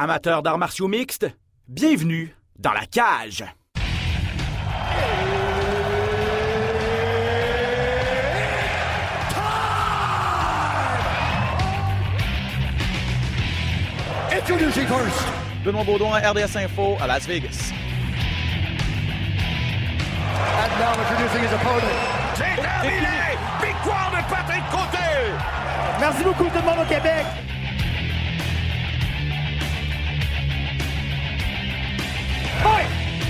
Amateurs d'arts martiaux mixtes, bienvenue dans la cage. Introducing first, Benoît Baudouin, RDS Info à Las Vegas. and now introducing his opponent. C'est terminé! Victoire de Patrick Côté! Merci beaucoup tout le monde au Québec. Fight!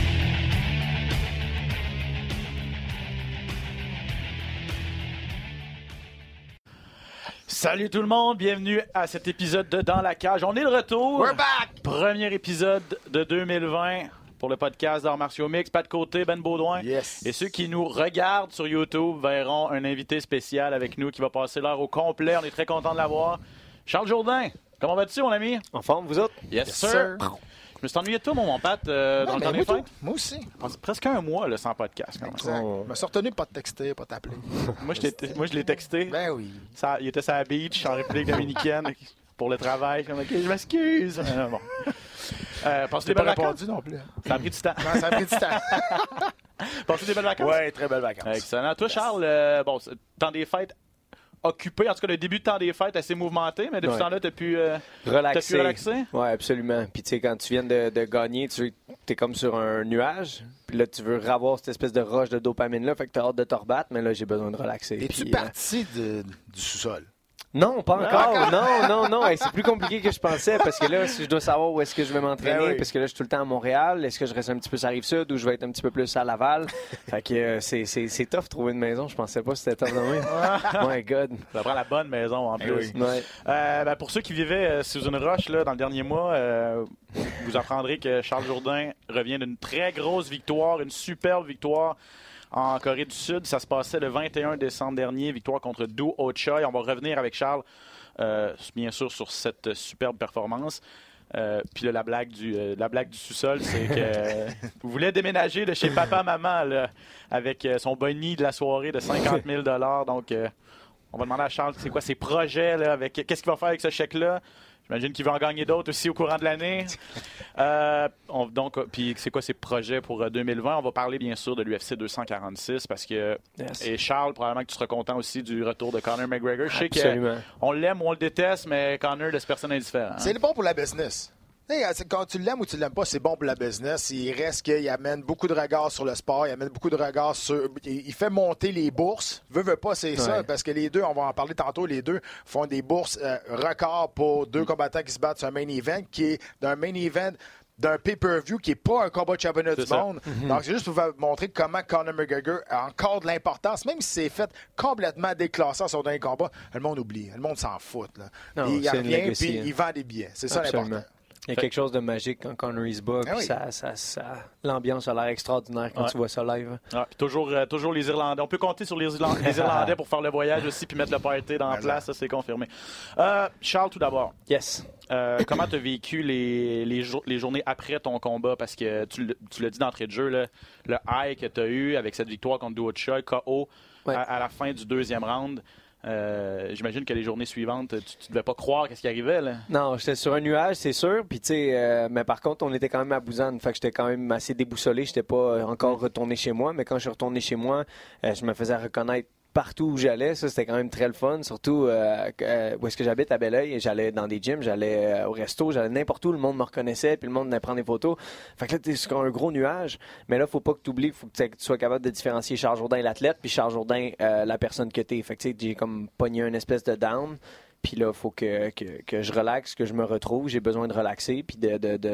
Salut tout le monde, bienvenue à cet épisode de Dans la cage. On est de retour. We're back! Premier épisode de 2020 pour le podcast d'Arts martiaux mixtes. Pat Côté, Ben Baudouin. Yes. Et ceux qui nous regardent sur YouTube verront un invité spécial avec nous qui va passer l'heure au complet. On est très content de l'avoir. Charles Jourdain, comment vas-tu, mon ami? En forme, vous autres? Yes, sir. Je me suis ennuyé de toi, mon Pat, dans le temps des fêtes. Moi aussi. C'est presque un mois là, sans podcast. Quand même. Exact. Je me suis retenu pas de texter, pas t'appeler. Moi, je l'ai texté. Ben oui. Il était sur la beach en République dominicaine pour le travail. Comme, OK, je m'excuse. Bon. Passe des T'as belles pas vacances. répondu non plus. Ça a pris du temps. Non, ça a pris du temps. Passe des belles vacances. Ouais, très belles vacances. Excellent. Toi, Charles, temps des fêtes occupé. En tout cas, le début de temps des fêtes assez mouvementé, mais depuis ce temps-là, t'as pu relaxer? Oui, absolument. Puis tu sais, quand tu viens de gagner, tu es comme sur un nuage. Puis là, tu veux revoir cette espèce de rush de dopamine-là. Fait que tu as hâte de te rebattre, mais là, j'ai besoin de relaxer. Es-tu Puis, parti du sous-sol? Non, pas encore. Non. Hey, c'est plus compliqué que je pensais parce que là, si je dois savoir où est-ce que je vais m'entraîner, Ben oui. parce que là, je suis tout le temps à Montréal. Est-ce que je reste un petit peu sur la Rive-Sud ou je vais être un petit peu plus à Laval? Fait que c'est tough de trouver une maison. Je pensais pas que c'était tough de même. My God. Ça prend la bonne maison en plus. oui. Ouais. Pour ceux qui vivaient sous une roche là, dans le dernier mois, vous apprendrez que Charles Jourdain revient d'une très grosse victoire, une superbe victoire en Corée du Sud. Ça se passait le 21 décembre dernier, victoire contre Do Ho Choi. On va revenir avec Charles, bien sûr, sur cette superbe performance. Puis là, la blague du sous-sol, c'est que vous voulez déménager de chez papa-maman là, avec son boni de la soirée de 50 000 $. Donc, on va demander à Charles, c'est quoi ses projets, là, qu'est-ce qu'il va faire avec ce chèque-là? J'imagine qu'il va en gagner d'autres aussi au courant de l'année. Puis c'est quoi ses projets pour 2020? On va parler bien sûr de l'UFC 246 parce que... Yes. Et Charles, probablement que tu seras content aussi du retour de Conor McGregor. Je sais Absolument. qu'on l'aime ou on le déteste, mais Conor laisse personne indifférent. C'est bon pour la business. T'sais, quand tu l'aimes ou tu l'aimes pas, c'est bon pour la business. Il reste qu'il amène beaucoup de regards sur le sport, il amène beaucoup de regards sur... Il fait monter les bourses. Veut pas, c'est ça, parce que les deux, on va en parler tantôt, les deux font des bourses records pour deux combattants qui se battent sur un main event, qui est d'un main event d'un pay-per-view qui n'est pas un combat de championnat du monde. Donc, c'est juste pour vous montrer comment Conor McGregor a encore de l'importance, même si c'est fait complètement déclassé sur un combat. Le monde oublie. Le monde s'en fout. Là. Non, il c'est une revient, legacy, puis hein. il vend des billets. C'est ça Absolument. l'important. Il y a quelque chose de magique quand Conor se bat, Ben puis oui. l'ambiance a l'air extraordinaire quand Ouais. tu vois ça live. Ah, puis toujours les Irlandais. On peut compter sur les Irlandais pour faire le voyage aussi puis mettre le party dans la place, ça c'est confirmé. Charles, tout d'abord, Yes. comment tu as vécu les journées après ton combat? Parce que tu l'as dit d'entrée de jeu, là, le high que tu as eu avec cette victoire contre Do Ho Choi, KO, Ouais. à la fin du deuxième round. J'imagine que les journées suivantes, tu devais pas croire qu'est-ce qui arrivait, là. Non, j'étais sur un nuage, c'est sûr. Puis, tu sais, mais par contre, on était quand même à Busan. Fait que j'étais quand même assez déboussolé. J'étais pas encore retourné chez moi. Mais quand je suis retourné chez moi, je me faisais reconnaître partout où j'allais. Ça, c'était quand même très le fun. Surtout où est-ce que j'habite à Belleuil. J'allais dans des gyms, j'allais au resto, j'allais n'importe où. Le monde me reconnaissait, puis le monde venait prendre des photos. Fait que là, t'es sur un gros nuage. Mais là, faut pas que tu oublies, faut que tu sois capable de différencier Charles Jourdain l'athlète, puis Charles Jourdain la personne que t'es. Fait que tu sais, j'ai comme pogné une espèce de down. Puis là, il faut que je relaxe, que je me retrouve. J'ai besoin de relaxer, puis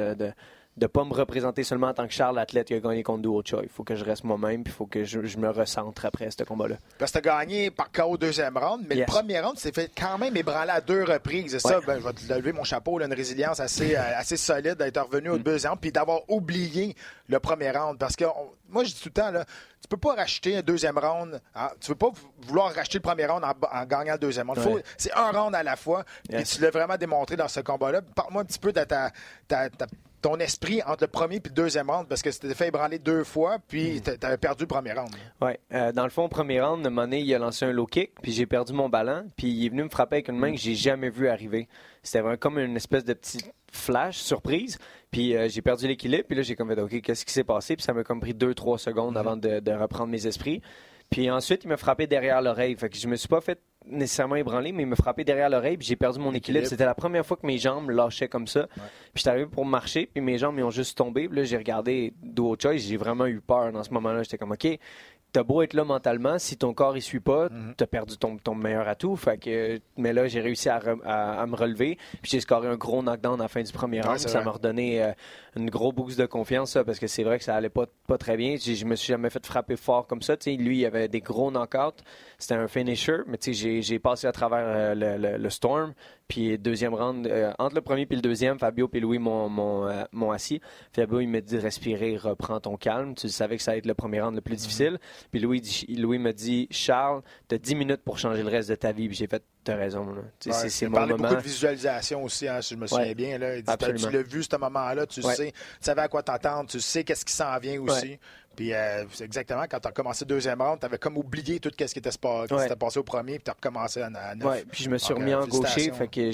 de pas me représenter seulement en tant que Charles, l'athlète qui a gagné contre Do Ho Choi. Il faut que je reste moi-même, puis il faut que je me recentre après ce combat-là. Parce que tu as gagné par KO au deuxième round, mais Yes. le premier round, tu t'es fait quand même ébranler à 2 reprises. Et ça, Ouais. je vais te lever mon chapeau, là, une résilience assez solide d'être revenu au deuxième round, puis d'avoir oublié le premier round. Parce que moi, je dis tout le temps, là, tu peux pas racheter un deuxième round. Hein, tu peux pas vouloir racheter le premier round en gagnant le deuxième round. Ouais. C'est un round à la fois. Yes. Et tu l'as vraiment démontré dans ce combat-là. Parle-moi un petit peu de ton esprit entre le premier et le deuxième round, parce que tu t'es fait ébranler 2 fois, puis tu avais perdu le premier round. Oui. Dans le fond, premier round, à un moment donné, il a lancé un low kick, puis j'ai perdu mon ballon, puis il est venu me frapper avec une main que j'ai jamais vu arriver. C'était vraiment comme une espèce de petit flash, surprise, puis j'ai perdu l'équilibre, puis là, j'ai comme fait, OK, qu'est-ce qui s'est passé? Puis ça m'a comme pris 2-3 secondes avant de reprendre mes esprits. Puis ensuite, il m'a frappé derrière l'oreille. Fait que je me suis pas fait nécessairement ébranler, mais il m'a frappé derrière l'oreille, puis j'ai perdu mon équilibre. C'était la première fois que mes jambes lâchaient comme ça. Puis j'étais arrivé pour marcher, puis mes jambes ils ont juste tombé. Puis là, j'ai regardé Do Choice, j'ai vraiment eu peur dans ce moment-là. J'étais comme, OK, t'as beau être là mentalement, si ton corps il suit pas, t'as perdu ton meilleur atout. Fait que, mais là, j'ai réussi à me relever. Puis j'ai scoré un gros knockdown à la fin du premier round. Ça m'a redonné une grosse boost de confiance, ça, parce que c'est vrai que ça allait pas très bien. Je me suis jamais fait frapper fort comme ça. T'sais, lui, il avait des gros knockouts. C'était un finisher, mais j'ai passé à travers le Storm. Puis deuxième round, entre le premier et le deuxième, Fabio et Louis m'ont assis. Fabio, il m'a dit respirer, reprends ton calme. Tu savais que ça allait être le premier round le plus difficile. Puis Louis m'a dit, Charles, tu as 10 minutes pour changer le reste de ta vie. Puis j'ai fait, t'as raison. C'est mon moment. beaucoup de visualisation aussi, hein, si je me souviens bien. Là. Il dit, tu l'as vu, ce moment-là, tu sais, tu savais à quoi t'attendre, tu sais qu'est-ce qui s'en vient aussi. Ouais. Puis c'est exactement, quand tu as commencé le deuxième round, tu avais comme oublié tout ce qui s'était passé au premier, puis tu as recommencé à 9. Oui, puis je me suis remis en gaucher, fait que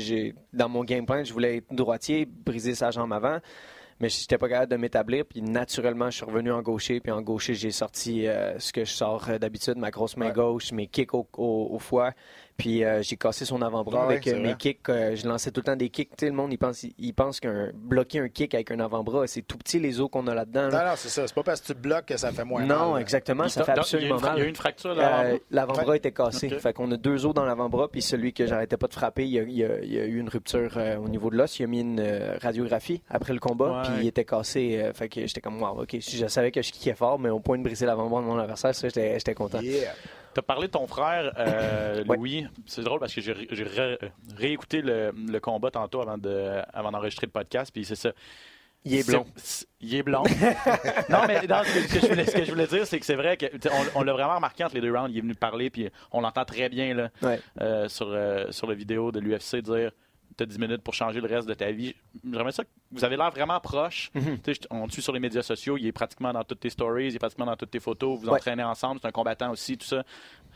dans mon game plan, je voulais être droitier, briser sa jambe avant. Mais je n'étais pas capable de m'établir. Puis naturellement, je suis revenu en gaucher. Puis en gaucher, j'ai sorti ce que je sors d'habitude, ma grosse main gauche, mes kicks au foie. Puis j'ai cassé son avant-bras avec mes kicks. Je lançais tout le temps des kicks. Tu sais, le monde, il pense qu'un bloquer un kick avec un avant-bras, c'est tout petit les os qu'on a là-dedans. Non, c'est ça. C'est pas parce que tu bloques que ça fait moins mal. Non, exactement. Ça fait absolument mal. Il y a eu une fracture là. L'avant-bras était cassé. Okay. Fait qu'on a 2 os dans l'avant-bras. Puis celui que j'arrêtais pas de frapper, il y a eu une rupture au niveau de l'os. Il a mis une radiographie après le combat. Puis il était cassé. Fait que j'étais comme, wow, OK. Je savais que je kickais fort, mais au point de briser l'avant-bras de mon adversaire, ça, j'étais content. Yeah. Tu as parlé de ton frère, Louis. C'est drôle parce que j'ai réécouté le combat tantôt avant d'enregistrer le podcast. Puis c'est ça. Il est blond. Il est blond. Non, mais ce que je voulais dire, c'est que c'est vrai qu'on l'a vraiment remarqué entre les 2 rounds. Il est venu parler, puis on l'entend très bien là, sur la vidéo de l'UFC dire tu as 10 minutes pour changer le reste de ta vie. J'aimerais ça que vous avez l'air vraiment proche. On te suit sur les médias sociaux, il est pratiquement dans toutes tes stories, il est pratiquement dans toutes tes photos, vous entraînez ensemble, c'est un combattant aussi, tout ça.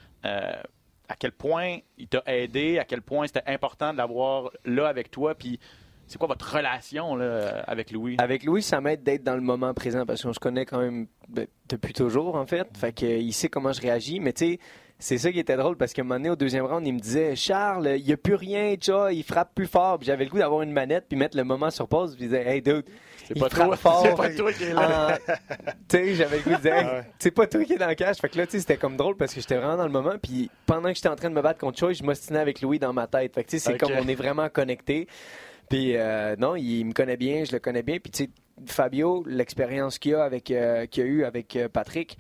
À quel point il t'a aidé, à quel point c'était important de l'avoir là avec toi, puis c'est quoi votre relation là, avec Louis? Avec Louis, ça m'aide d'être dans le moment présent parce qu'on se connaît quand même depuis toujours, en fait. Fait qu'il sait comment je réagis, mais tu sais, c'est ça qui était drôle parce qu'à un moment donné, au deuxième round, il me disait « Charles, il n'y a plus rien, il frappe plus fort. » Puis j'avais le goût d'avoir une manette puis mettre le moment sur pause. Puis il disait « Hey, dude, il frappe fort. » C'est pas toi qui est là. Tu sais, j'avais le goût de dire hey, « C'est pas toi qui est dans le cash. » Fait que là, tu sais, c'était comme drôle parce que j'étais vraiment dans le moment. Puis pendant que j'étais en train de me battre contre Choi, je m'ostinais avec Louis dans ma tête. Fait que tu sais, c'est comme on est vraiment connectés. Puis non, il me connaît bien, je le connais bien. Puis tu sais, Fabio, l'expérience qu'il a eu avec Patrick,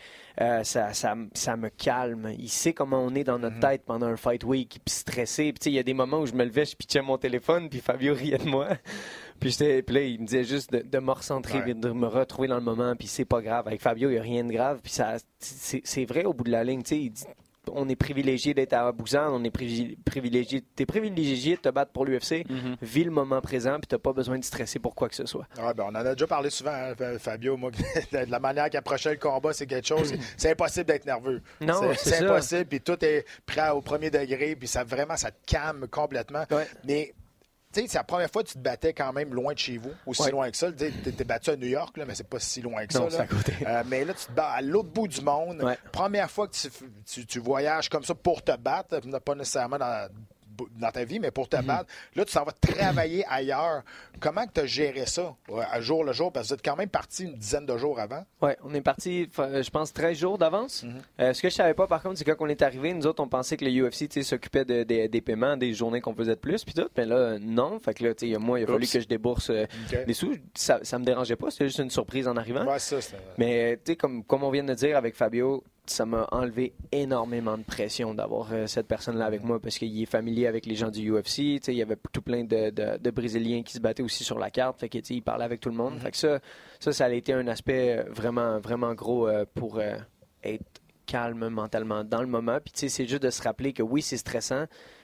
ça me calme. Il sait comment on est dans notre tête pendant un fight week, puis stressé. Puis il y a des moments où je me levais, je pitchais mon téléphone, puis Fabio riait de moi. Puis là, il me disait juste de me recentrer, de me retrouver dans le moment, puis c'est pas grave. Avec Fabio, il n'y a rien de grave. Puis c'est vrai au bout de la ligne, tu sais, il dit on est privilégié d'être à Busan, on est privilégié. T'es privilégié de te battre pour l'UFC. Vis le moment présent, puis t'as pas besoin de stresser pour quoi que ce soit. Ouais, on en a déjà parlé souvent, hein, Fabio. Moi, de la manière qu'il approchait le combat, c'est quelque chose. C'est impossible d'être nerveux. Non, c'est impossible. Puis tout est prêt au premier degré, puis ça vraiment, ça te calme complètement. Ouais. Mais tu sais, c'est la première fois que tu te battais quand même loin de chez vous, aussi loin que ça. Tu t'es battu à New York, là, mais c'est pas si loin que ça. Non, c'est à côté. Mais là, tu te bats à l'autre bout du monde. Ouais. Première fois que tu voyages comme ça pour te battre, pas nécessairement dans ta vie, mais pour te battre. Là, tu s'en vas travailler ailleurs. Comment tu as géré ça, à jour le jour? Parce que vous êtes quand même parti une dizaine de jours avant. Oui, on est parti, je pense, 13 jours d'avance. Ce que je savais pas, par contre, c'est que quand on est arrivé, nous autres, on pensait que le UFC s'occupait des paiements, des journées qu'on faisait de plus, puis tout. Mais là, non. Fait que là, moi, il a fallu que je débourse des sous. Ça me dérangeait pas, c'était juste une surprise en arrivant. Ouais, ça, mais, tu sais, comme on vient de dire avec Fabio, ça m'a enlevé énormément de pression d'avoir cette personne-là avec moi parce qu'il est familier avec les gens du UFC. Il y avait tout plein de Brésiliens qui se battaient aussi sur la carte. Fait que, il parlait avec tout le monde. Fait que ça a été un aspect vraiment, vraiment gros pour être calme mentalement dans le moment. Puis c'est juste de se rappeler que oui, c'est stressant,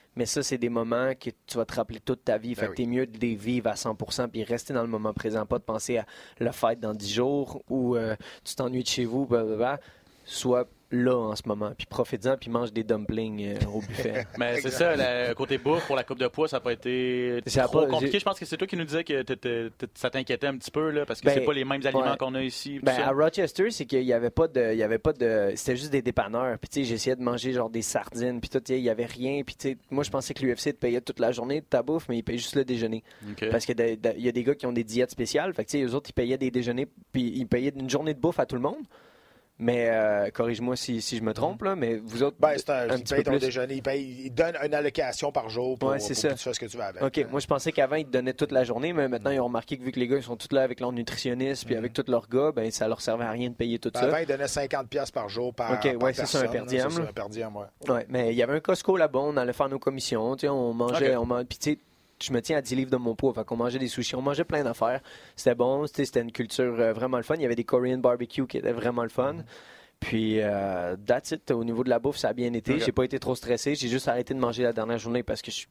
Mais ça, c'est des moments que tu vas te rappeler toute ta vie. Fait que t'es mieux de les vivre à 100% puis rester dans le moment présent, pas de penser à la fête dans 10 jours ou tu t'ennuies de chez vous, blablabla. Soit là en ce moment, puis profite-en, puis mange des dumplings au buffet. Mais c'est ça, le côté bouffe pour la coupe de poids, ça n'a pas été trop compliqué. Je pense que c'est toi qui nous disais que ça t'inquiétait un petit peu, là, parce que c'est pas les mêmes aliments qu'on a ici. À Rochester, c'est qu'il n'y avait pas de... C'était juste des dépanneurs. Puis tu sais, j'essayais de manger genre des sardines, puis tout, il n'y avait rien. Puis tu sais, moi, je pensais que l'UFC te payait toute la journée de ta bouffe, mais ils payaient juste le déjeuner. Okay. Parce qu'il y a des gars qui ont des diètes spéciales. Fait que tu sais, eux autres, ils payaient des déjeuners, puis ils payaient une journée de bouffe à tout le monde. Mais corrige-moi si je me trompe, là, mais vous autres, c'est un petit peu ton déjeuner. Il donne une allocation par jour pour que tu fasses ce que tu veux avec. OK. Moi, je pensais qu'avant, ils te donnaient toute la journée, mais maintenant, ils ont remarqué que vu que les gars ils sont tous là avec leur nutritionniste puis avec tous leurs gars, ben ça leur servait à rien de payer tout ça. Avant, ils donnaient 50$ par jour par personne. C'est ça, un per diem. C'est un per diem, ouais. Mais il y avait un Costco là-bas, on allait faire nos commissions, on mangeait, puis tu sais, je me tiens à 10 livres de mon poids. Fait qu'on mangeait des sushis, on mangeait plein d'affaires. C'était bon, c'était une culture vraiment le fun. Il y avait des Korean barbecue qui étaient vraiment le fun. Puis, that's it. Au niveau de la bouffe, ça a bien été. Okay. J'ai pas été trop stressé. J'ai juste arrêté de manger la dernière journée parce que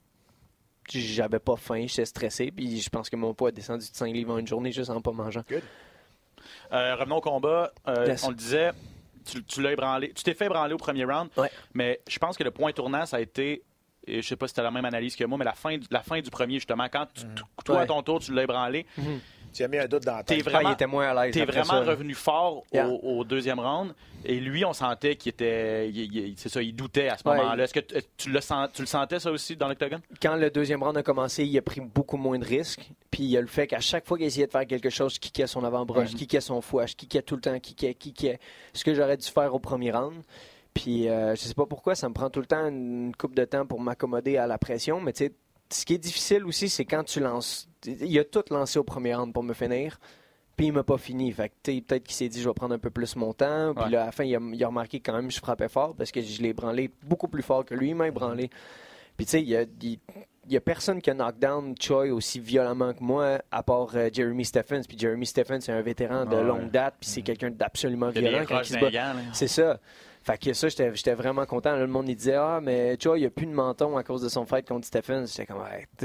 j'avais pas faim. J'étais stressé. Puis, je pense que mon poids a descendu de 5 livres en une journée juste en pas mangeant. Good. Revenons au combat. Yes. On le disait, tu l'as ébranlé. Tu t'es fait ébranler au premier round. Ouais. Mais je pense que le point tournant, ça a été... Et je sais pas si tu as la même analyse que moi, mais la fin du premier, justement, quand toi, à ton tour, tu l'as ébranlé... Tu as mis un doute dans la tête. Il était moins à l'aise. T'es vraiment revenu fort au deuxième round. Et lui, on sentait qu'il était... c'est ça, il doutait à ce moment-là. Est-ce que tu le sentais, ça aussi, dans l'octogone? Quand le deuxième round a commencé, il a pris beaucoup moins de risques. Puis il y a le fait qu'à chaque fois qu'il essayait de faire quelque chose, je kickais son avant-bras, je kickais son foie, je kickais tout le temps, kickais. Ce que j'aurais dû faire au premier round. Puis je sais pas pourquoi, ça me prend tout le temps une couple de temps pour m'accommoder à la pression. Mais tu sais, ce qui est difficile aussi, c'est quand tu lances... Il a tout lancé au premier round pour me finir, puis il m'a pas fini. Fait que peut-être qu'il s'est dit, je vais prendre un peu plus mon temps. Puis là, à la fin, il a remarqué quand même que je frappais fort parce que je l'ai ébranlé beaucoup plus fort que lui, il m'a ébranlé. Puis tu sais, il y a personne qui a knockdown Choi aussi violemment que moi, à part Jeremy Stephens. Puis Jeremy Stephens, c'est un vétéran de longue date, puis c'est quelqu'un d'absolument violent. Quand il se bat. C'est ça. Fait que ça, j'étais vraiment content. Là, le monde, il disait, mais Choi, il n'y a plus de menton à cause de son fight contre Stephens. J'étais comme,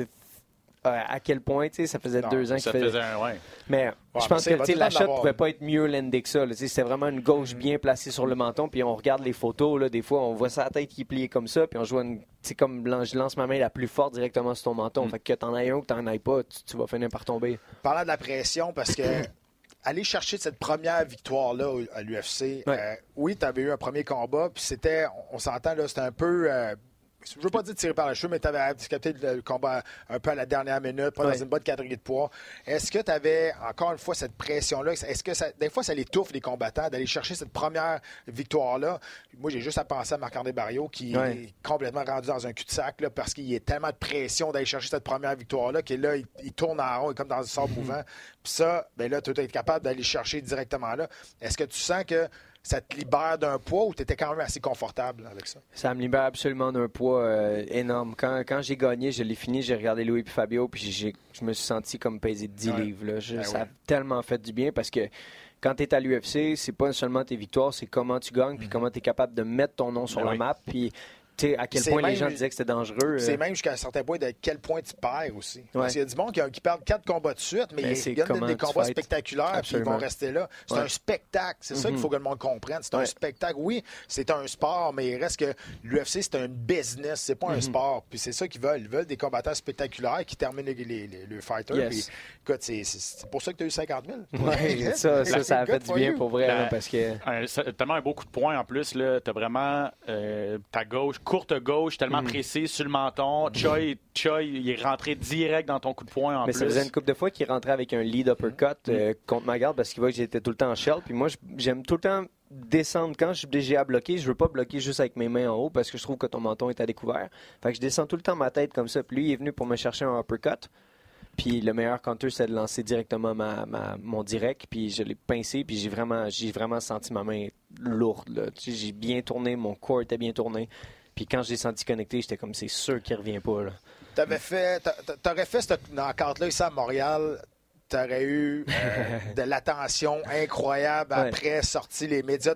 à quel point, tu sais, ça faisait 2 ans qu'il faisait... Mais je pense que la shot ne pouvait pas être mieux landée que ça. C'était vraiment une gauche bien placée sur le menton. Puis on regarde les photos, là, des fois, on voit sa tête qui est pliée comme ça. Puis on joue comme je lance ma main la plus forte directement sur ton menton. Fait que t'en aies un ou que t'en aies pas, tu vas finir par tomber. Parlant de la pression, parce que aller chercher cette première victoire-là à l'UFC, oui, tu avais eu un premier combat, puis c'était, on s'entend, là, c'était un peu... je veux pas dire tirer par les cheveux, mais tu avais accepté le combat un peu à la dernière minute, pas dans une bonne catégorie de poids. Est-ce que tu avais, encore une fois, cette pression-là? Est-ce que des fois, ça l'étouffe, les combattants, d'aller chercher cette première victoire-là? Moi, j'ai juste à penser à Marc-André Barriault, qui est complètement rendu dans un cul-de-sac, là, parce qu'il y a tellement de pression d'aller chercher cette première victoire-là, qu'il là, il tourne en rond, comme dans un sort mouvant. Puis ça, ben là, tu dois être capable d'aller chercher directement là. Est-ce que tu sens que ça te libère d'un poids ou tu étais quand même assez confortable avec ça? Ça me libère absolument d'un poids énorme. Quand j'ai gagné, je l'ai fini, j'ai regardé Louis et Fabio, puis je me suis senti comme pesé de 10 livres. Là. Ça a tellement fait du bien parce que quand tu es à l'UFC, c'est pas seulement tes victoires, c'est comment tu gagnes, puis comment tu es capable de mettre ton nom sur la map. Puis à quel point les gens disaient que c'était dangereux. C'est même jusqu'à un certain point de quel point tu perds aussi. Parce qu'il y a du monde qui perd 4 combats de suite, mais ils gagnent des combats spectaculaires puis ils vont rester là. C'est un spectacle. C'est ça qu'il faut que le monde comprenne. C'est un spectacle. Oui, c'est un sport, mais il reste que l'UFC, c'est un business. C'est pas un sport. Puis c'est ça qu'ils veulent. Ils veulent des combattants spectaculaires qui terminent les fighters. Puis, écoute, c'est pour ça que tu as eu 50 000. Ça a fait du bien pour vrai. Parce que... tellement un beau coup de poing en plus. Tu as vraiment ta gauche, courte gauche, tellement précise sur le menton. Choi, il est rentré direct dans ton coup de poing en plus. Mais ça faisait une couple de fois qu'il rentrait avec un lead uppercut contre ma garde parce qu'il voit que j'étais tout le temps en shell. Puis moi, j'aime tout le temps descendre. Quand j'ai à bloquer, je veux pas bloquer juste avec mes mains en haut parce que je trouve que ton menton est à découvert. Fait que je descends tout le temps ma tête comme ça. Puis lui, il est venu pour me chercher un uppercut. Puis le meilleur counter, c'est de lancer directement mon direct. Puis je l'ai pincé. Puis j'ai vraiment senti ma main lourde. Là. J'ai bien tourné. Mon corps était bien tourné. Puis quand je l'ai senti connecté, j'étais comme, c'est sûr qu'il revient pas. T'aurais fait cette knock-out-là ici à Montréal, t'aurais eu de l'attention incroyable après, sorti les médias.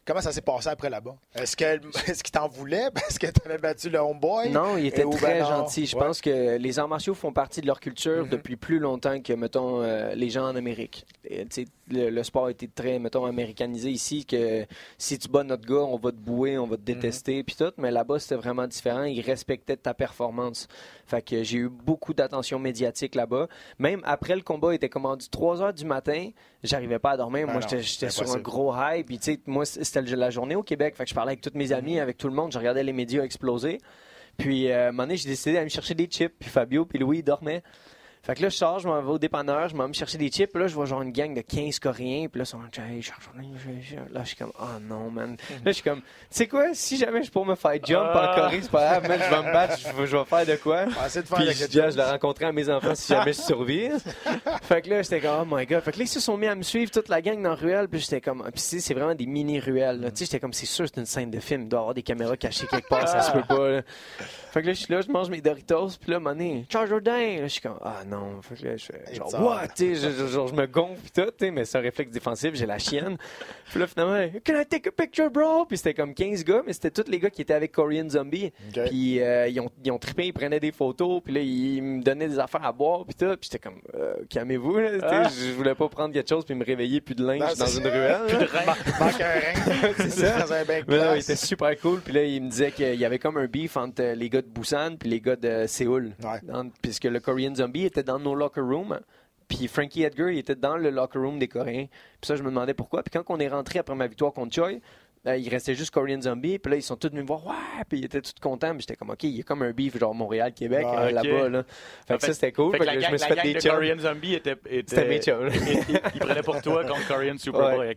comment ça s'est passé après là-bas? Est-ce qu'il t'en voulait parce que tu avais battu le homeboy? Non, il était très gentil. Je Ouais. pense que les arts martiaux font partie de leur culture depuis plus longtemps que, mettons, les gens en Amérique. Et, le sport a été très, mettons, américanisé ici, que si tu bats notre gars, on va te bouer, on va te détester, puis tout. Mais là-bas, c'était vraiment différent. Ils respectaient ta performance. Fait que j'ai eu beaucoup d'attention médiatique là-bas. Même après le combat, il était commandé 3 heures du matin, j'arrivais pas à dormir. Moi, j'étais sur un gros hype. Puis, tu sais, moi, c'était la journée au Québec. Fait que je parlais avec tous mes amis, avec tout le monde. Je regardais les médias exploser. Puis, à un moment donné, j'ai décidé d'aller me chercher des chips. Puis Fabio, puis Louis, ils dormaient. Fait que là, je sors, je m'en vais au dépanneur, je m'en vais me chercher des chips. Puis là, je vois genre une gang de 15 Coréens. Puis là, ils sont là, je suis comme, oh non, man. Là, je suis comme, tu sais quoi, si jamais je pourrais me faire jump en Corée, c'est pas grave, man, je vais me battre, je vais faire de quoi. Puis je l'ai rencontré à mes enfants si jamais je survis. Fait que là, j'étais comme, oh my god. Fait que là, ils se sont mis à me suivre, toute la gang dans la ruelle. Puis j'étais comme, puis c'est vraiment des mini-ruelles. Tu sais, j'étais comme, c'est sûr, c'est une scène de film. Il doit y avoir des caméras cachées quelque part, ça se peut pas. Là. Fait que là, je suis là, je mange mes Doritos. Puis là, à un moment donné, Charles Jourdain. Là, je suis comme, ah non. Fait que là, je fais genre, what? Tu sais, genre, je me gonfle pis tout, tu sais, mais c'est un réflexe défensif, j'ai la chienne. Puis là, finalement, can I take a picture, bro? Puis c'était comme 15 gars, mais c'était tous les gars qui étaient avec Korean Zombie. Okay. Puis ils ont trippé, ils prenaient des photos, puis là, ils me donnaient des affaires à boire, puis tout. Puis j'étais comme, calmez-vous, là. Je voulais pas prendre quelque chose puis me réveiller plus de linge dans une ruelle. Plus de rein. Manque un rein. C'est ça. Dans un bain. Mais là, il était super cool. Puis là, il me disait qu'il y avait comme un beef entre les gars de Busan puis les gars de Séoul. Ouais. Puisque le Korean Zombie était dans nos locker rooms. Puis Frankie Edgar, il était dans le locker room des Coréens. Puis ça, je me demandais pourquoi. Puis quand on est rentré après ma victoire contre Choi, il restait juste Korean Zombie. Puis là, ils sont tous venus me voir. Ouais! Puis ils étaient tous contents. Puis j'étais comme, OK, il y a comme un beef, genre Montréal-Québec, là-bas. Là. Fait que ça, c'était cool. Fait que je me suis fait des chums. Korean Zombie C'était mes chums. Il prenait pour toi contre Korean Superboy.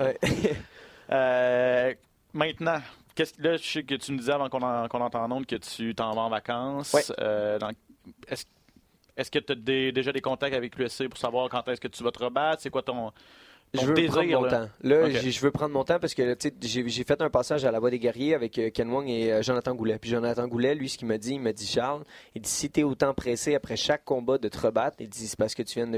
Maintenant, là, je sais que tu nous disais avant qu'on entende en ondes que tu t'en vas en vacances. Ouais. Est-ce que tu as déjà des contacts avec l'UFC pour savoir quand est-ce que tu vas te rebattre? C'est quoi ton je veux désir, prendre mon temps. Là, okay. Je veux prendre mon temps parce que j'ai fait un passage à la Voix des Guerriers avec Ken Wong et Jonathan Goulet. Puis Jonathan Goulet, lui, ce qu'il m'a dit, Charles, il dit si tu es autant pressé après chaque combat de te rebattre, il dit c'est parce que tu viens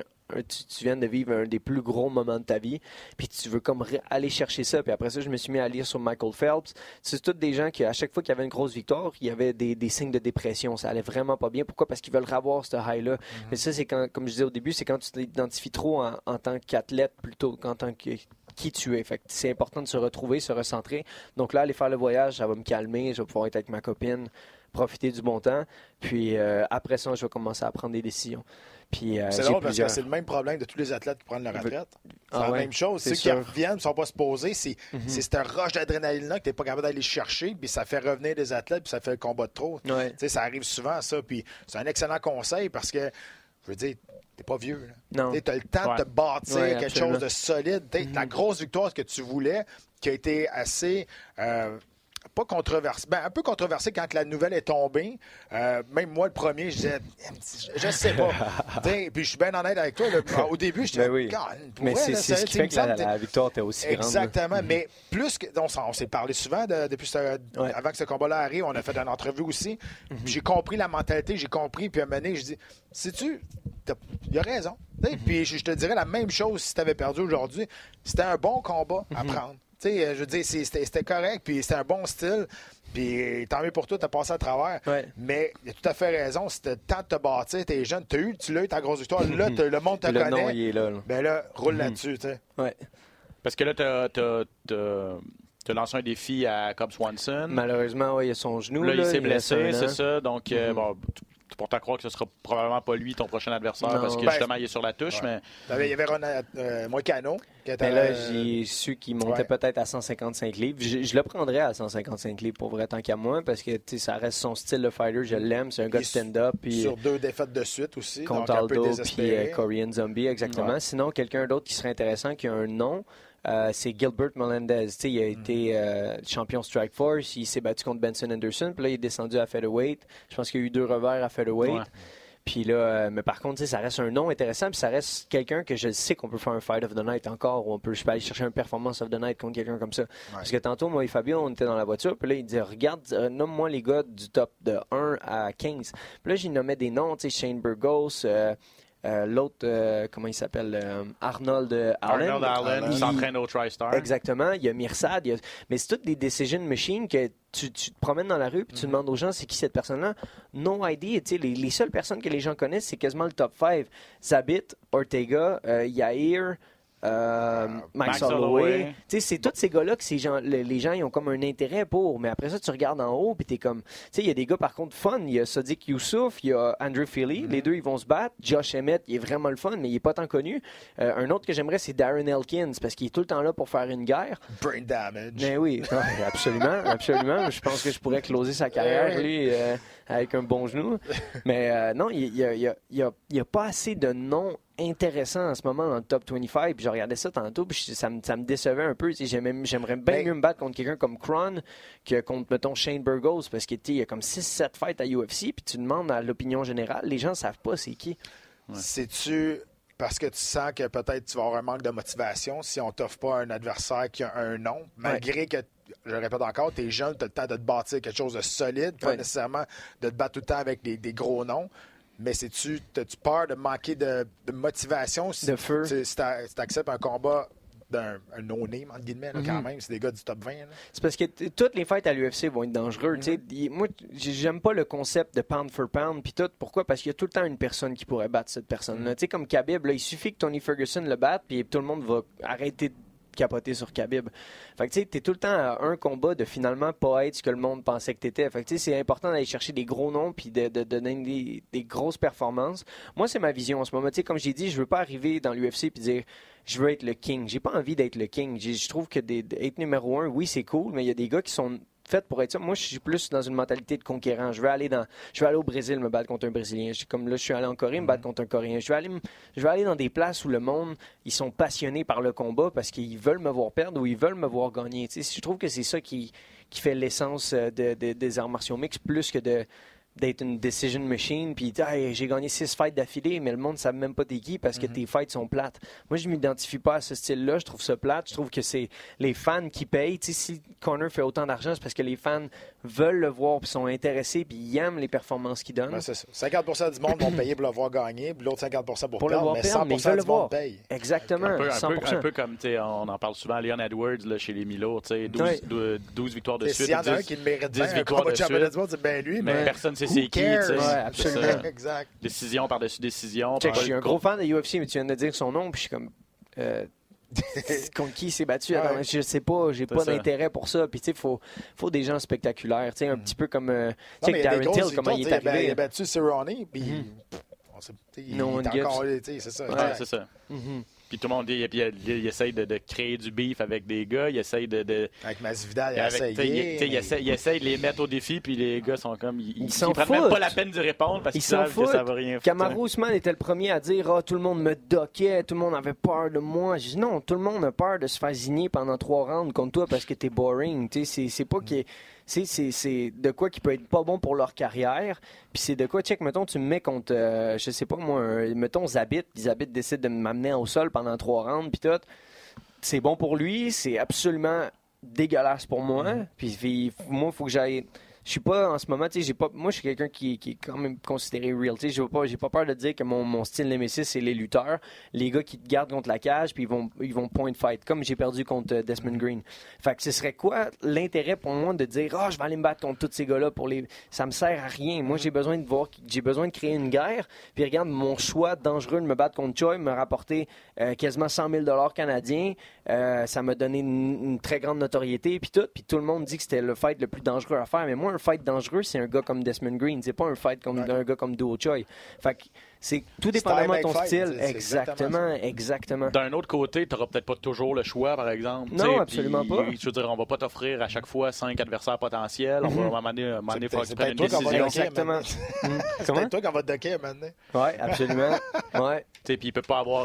de vivre un des plus gros moments de ta vie, puis tu veux comme aller chercher ça. Puis après ça, je me suis mis à lire sur Michael Phelps. C'est tous des gens qui, à chaque fois qu'il y avait une grosse victoire, il y avait des signes de dépression. Ça allait vraiment pas bien. Pourquoi? Parce qu'ils veulent avoir ce high-là. Mais ça, c'est quand, comme je disais au début, c'est quand tu t'identifies trop en tant qu'athlète plutôt qu'en tant que qui tu es. Fait que c'est important de se retrouver, se recentrer. Donc là, aller faire le voyage, ça va me calmer. Je vais pouvoir être avec ma copine, profiter du bon temps. Puis après ça, je vais commencer à prendre des décisions. Puis, c'est drôle parce que c'est le même problème de tous les athlètes qui prennent leur retraite. C'est la même chose. Ceux qui reviennent ne sont pas supposés. C'est cette rush d'adrénaline-là que tu n'es pas capable d'aller chercher. Puis ça fait revenir des athlètes. Puis ça fait le combat de trop. Ouais. Ça arrive souvent, ça. Puis c'est un excellent conseil parce que, je veux dire, t'es pas vieux. Tu as le temps de te bâtir quelque chose de solide. La grosse victoire que tu voulais, qui a été assez... pas controversé. Un peu controversé quand la nouvelle est tombée. Même moi, le premier, je disais, je sais pas. Puis je suis bien honnête avec toi. Là, au début, je disais, mais c'est ce qui fait que la victoire était aussi grande. Exactement. Mais plus que. On s'est parlé souvent depuis avant que ce combat-là arrive. On a fait une entrevue aussi. J'ai compris la mentalité, j'ai compris. Puis à un moment donné, je dis, sais-tu, il a raison. Puis je te dirais la même chose si tu avais perdu aujourd'hui. C'était un bon combat à prendre. Je veux dire, c'était correct, puis c'était un bon style, puis tant mieux pour toi, t'as passé à travers. Ouais. Mais il a tout à fait raison, c'était le temps de te bâtir, t'es jeune, tu l'as eu ta grosse victoire, là, le monde te connaît. Nom, il est là. Ben là, roule là-dessus, tu sais. Ouais. Parce que là, t'as lancé un défi à Cobb Swanson. Malheureusement, il a son genou. Là, il s'est blessé, c'est ça. Donc, bon, tu portes à croire que ce sera probablement pas lui, ton prochain adversaire, parce que justement, il est sur la touche. Ouais. Mais... Il y avait Moïcano. Mais là, j'ai su qu'il montait peut-être à 155 livres. Je le prendrais à 155 livres pour vrai, tant qu'à moi, parce que ça reste son style de fighter. Je l'aime. C'est un gars de stand-up. Sur 2 défaites de suite aussi. Contre Aldo et Korean Zombie, exactement. Ouais. Sinon, quelqu'un d'autre qui serait intéressant, qui a un nom, c'est Gilbert Melendez. Il a été champion Strikeforce. Il s'est battu contre Benson Henderson. Puis là, il est descendu à featherweight. Je pense qu'il y a eu 2 revers à featherweight. Ouais. Puis là, mais par contre, ça reste un nom intéressant. Puis ça reste quelqu'un que je sais qu'on peut faire un Fight of the Night encore. Ou je peux aller chercher un Performance of the Night contre quelqu'un comme ça. Ouais. Parce que tantôt, moi et Fabio, on était dans la voiture. Puis là, il disait, regarde, nomme-moi les gars du top de 1 à 15. Puis là, j'ai nommé des noms. Shane Burgos. l'autre, comment il s'appelle? Arnold Allen. Arnold Allen, qui s'entraîne au TriStar. Exactement. Il y a Mirsad. Mais c'est toutes des decision machines que tu te promènes dans la rue et tu demandes aux gens c'est qui cette personne-là. No idea. Les seules personnes que les gens connaissent, c'est quasiment le top 5. Zabit, Ortega, Yair, Max Holloway. C'est tous ces gars-là que les gens ils ont comme un intérêt pour. Mais après ça, tu regardes en haut et t'es comme... Il y a des gars par contre fun. Il y a Sadiq Youssouf, il y a Andrew Feely. Les deux, ils vont se battre. Josh Emmett, il est vraiment le fun, mais il est pas tant connu. Un autre que j'aimerais, c'est Darren Elkins parce qu'il est tout le temps là pour faire une guerre. Brain damage. Mais oui, absolument, absolument. Je pense que je pourrais closer sa carrière, lui, avec un bon genou. Mais non, il y a pas assez de noms intéressant en ce moment dans le top 25. Puis je regardais ça tantôt, puis ça me décevait un peu. J'aimerais bien mieux me battre contre quelqu'un comme Kron que contre, mettons, Shane Burgos, parce qu'il y a comme 6-7 fights à UFC, puis tu demandes à l'opinion générale, les gens ne savent pas c'est qui. Ouais. C'est-tu parce que tu sens que peut-être tu vas avoir un manque de motivation si on t'offre pas un adversaire qui a un nom, malgré que, je le répète encore, tu es jeune, tu as le temps de te bâtir quelque chose de solide, pas nécessairement de te battre tout le temps avec des gros noms. Mais as-tu peur de manquer de motivation si tu acceptes un combat d'un no-name, entre guillemets, là, quand même? C'est des gars du top 20. Là. C'est parce que toutes les fights à l'UFC vont être dangereux. Moi, j'aime pas le concept de pound for pound. Puis tout. Pourquoi? Parce qu'il y a tout le temps une personne qui pourrait battre cette personne-là. Comme Khabib, là, il suffit que Tony Ferguson le batte, puis tout le monde va arrêter de capoter sur Khabib. Fait que tu sais, t'es tout le temps à un combat de finalement pas être ce que le monde pensait que t'étais. Fait que tu sais, c'est important d'aller chercher des gros noms puis de donner des grosses performances. Moi, c'est ma vision en ce moment. Tu sais, comme j'ai dit, je veux pas arriver dans l'UFC puis dire je veux être le king. J'ai pas envie d'être le king. Je trouve que être numéro 1, oui, c'est cool, mais il y a des gars qui sont faits pour être ça. Moi, je suis plus dans une mentalité de conquérant. Je vais aller au Brésil me battre contre un Brésilien. Comme là, je suis allé en Corée me battre contre un Coréen. Je vais aller dans des places où le monde, ils sont passionnés par le combat parce qu'ils veulent me voir perdre ou ils veulent me voir gagner. Tu sais, je trouve que c'est ça qui fait l'essence des arts martiaux mixtes plus que d'être une decision machine, puis j'ai gagné 6 fights d'affilée, mais le monde ne savent même pas t'es qui parce que tes fights sont plates. Moi, je m'identifie pas à ce style-là, je trouve ça plate, je trouve que c'est les fans qui payent. Tu sais, si Conor fait autant d'argent, c'est parce que les fans veulent le voir, puis sont intéressés, puis ils aiment les performances qu'il donne. Ben, c'est ça. 50% du monde vont payer pour le voir gagner, puis l'autre 50% pour perdre, mais 100% mais ils veulent du monde paye. Exactement, un peu comme, on en parle souvent, Leon Edwards là, chez les Milo, 12 victoires de suite. S'il y en a un qui le mérite bien, un combat de championnat du monde, c'est bien lui, mais personne ne sait c'est qui. Ouais, absolument. Exact. Décision par-dessus décision. Je suis un gros fan de UFC, mais tu viens de dire son nom, puis je suis comme... contre qui il s'est battu? Attends, je sais pas, j'ai pas d'intérêt pour ça. Puis tu sais, faut des gens spectaculaires. Tu sais, un petit peu comme Darren Till, comment il est arrivé. Il a battu Cerrone, puis il est encore... C'est ça. Ouais, c'est ça. Puis tout le monde il essaye de créer du beef avec des gars. Il essaye de avec Masvidal, il essaye de les mettre au défi. Puis les gars sont comme... Ils s'en prennent même pas la peine d'y répondre parce qu'ils savent que ça va rien faire. Kamaru Usman était le premier à dire tout le monde me doquait, tout le monde avait peur de moi. Je dis non, tout le monde a peur de se faire zigner pendant 3 rounds contre toi parce que t'es boring. C'est pas que... C'est de quoi qui peut être pas bon pour leur carrière. Puis c'est de quoi, mettons, tu me mets contre, je sais pas moi, mettons Zabit. Zabit décide de m'amener au sol pendant 3 rounds. Puis tout, c'est bon pour lui. C'est absolument dégueulasse pour moi. Puis moi, il faut que j'aille... Je suis pas en ce moment, moi je suis quelqu'un qui est quand même considéré real. J'ai pas peur de dire que mon style Nemesis, c'est les lutteurs, les gars qui te gardent contre la cage, puis ils vont point fight, comme j'ai perdu contre Desmond Green. Fait que ce serait quoi l'intérêt pour moi de dire je vais aller me battre contre tous ces gars-là ça me sert à rien. Moi j'ai besoin de créer une guerre. Puis regarde, mon choix dangereux de me battre contre Choi me rapportait quasiment 100 000 canadiens. Ça m'a donné une très grande notoriété, puis tout le monde dit que c'était le fight le plus dangereux à faire. Mais moi, un fight dangereux, c'est un gars comme Desmond Green. C'est pas un fight comme un gars comme Duo Choi. Fait que c'est tout dépendamment de ton style. Exactement. D'un autre côté, tu n'auras peut-être pas toujours le choix, par exemple. Non, absolument pas. Je veux dire, on va pas t'offrir à chaque fois 5 adversaires potentiels. On va à un moment donné, il faut que tu prennes une décision. Exactement. C'est peut-être toi qu'on va te docker maintenant. Oui, absolument. Puis il peut pas avoir,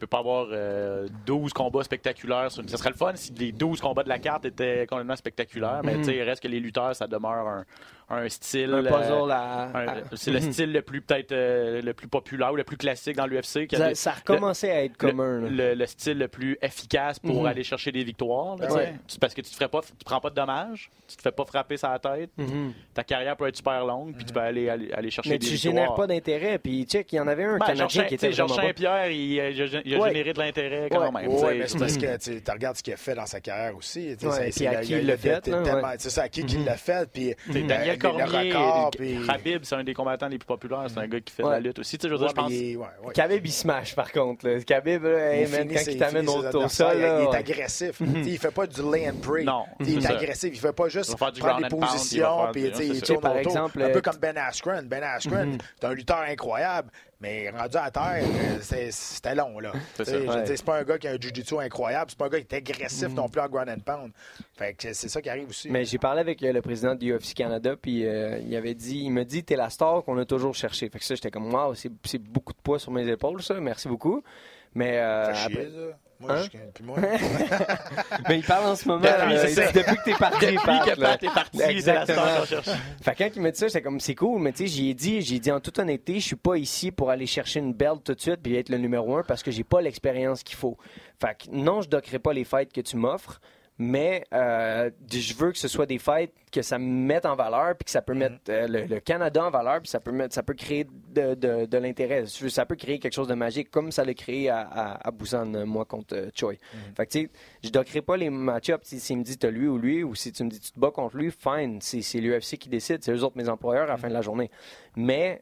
12 combats spectaculaires. Ce serait le fun si les 12 combats de la carte étaient complètement spectaculaires, mais il reste que les lutteurs, ça demeure un style. Un puzzle c'est le style le plus populaire populaire ou le plus classique dans l'UFC. Ça a recommencé à être commun. Le style le plus efficace pour aller chercher des victoires. Là, parce que tu prends pas de dommages, tu te fais pas frapper sur la tête. Ta carrière peut être super longue, puis tu peux aller chercher des victoires. Mais tu génères pas d'intérêt. Puis check, il y en avait un Canadien qui était Georges Saint-Pierre, il a généré de l'intérêt quand même. Oui, mais c'est parce que tu regardes ce qu'il a fait dans sa carrière aussi. Puis à qui il l'a fait. C'est ça, à qui il l'a fait. Puis Daniel Cormier, Khabib, c'est un des combattants les plus populaires. C'est un gars qui fait de la lutte aussi. Je pense. Khabib, il smash par contre. Khabib, quand il t'amène au sol. Il est agressif. Il fait pas du lay and pray. Il est agressif. Il fait pas juste prendre des positions. Il tourne autour. Un peu comme Ben Askren. Ben Askren, c'est un lutteur incroyable. Mais rendu à terre, c'était long, là. C'est pas un gars qui a un jiu-jitsu incroyable, c'est pas un gars qui est agressif non plus en ground and pound. Fait que c'est ça qui arrive aussi. Mais j'ai parlé avec le président du UFC Canada, puis il m'a dit t'es la star qu'on a toujours cherché. Fait que ça, j'étais comme wow, c'est beaucoup de poids sur mes épaules, ça. Merci beaucoup. Mais après, moi, moi. Mais il parle en ce moment. Depuis que t'es parti, t'es parti. Exactement. Fait quand il m'a dit ça, j'étais comme c'est cool, mais tu sais, j'ai dit en toute honnêteté, je suis pas ici pour aller chercher une belt tout de suite puis être le numéro 1 parce que j'ai pas l'expérience qu'il faut. Fait que non, je dockerai pas les fights que tu m'offres. Mais je veux que ce soit des fights que ça me mette en valeur puis que ça peut mettre le Canada en valeur puis ça peut créer de l'intérêt. Ça peut créer quelque chose de magique comme ça l'a créé à Busan, moi, contre Choi. Fait que tu sais, je dockerai pas les match-ups s'il me dit t'as lui ou si tu me dis tu te bats contre lui, fine. C'est l'UFC qui décide. C'est eux autres mes employeurs à la fin de la journée. Mais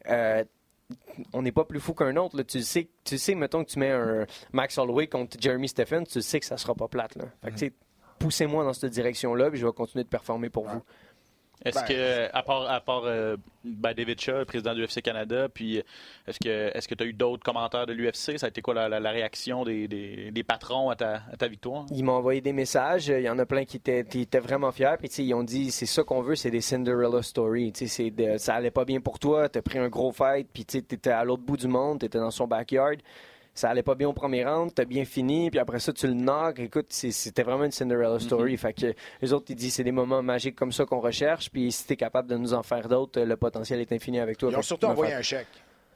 on n'est pas plus fou qu'un autre. Là. Tu sais, mettons que tu mets un Max Holloway contre Jeremy Stephens, tu sais que ça sera pas plate. Là. Fait que tu sais, poussez-moi dans cette direction-là, puis je vais continuer de performer pour vous. Est-ce que, à part David Shaw, président de l'UFC Canada, puis est-ce que tu as eu d'autres commentaires de l'UFC? Ça a été quoi la réaction des patrons à ta victoire? Ils m'ont envoyé des messages. Il y en a plein qui étaient vraiment fiers. Puis ils ont dit, c'est ça qu'on veut, c'est des Cinderella stories. Ça allait pas bien pour toi, tu as pris un gros fight, puis tu étais à l'autre bout du monde, tu étais dans son backyard. Ça allait pas bien au premier round, t'as bien fini, puis après ça, tu le knocks. Écoute, c'était vraiment une Cinderella story. Fait que les autres, ils disent c'est des moments magiques comme ça qu'on recherche, puis si t'es capable de nous en faire d'autres, le potentiel est infini avec toi. Ils ont surtout envoyé un chèque.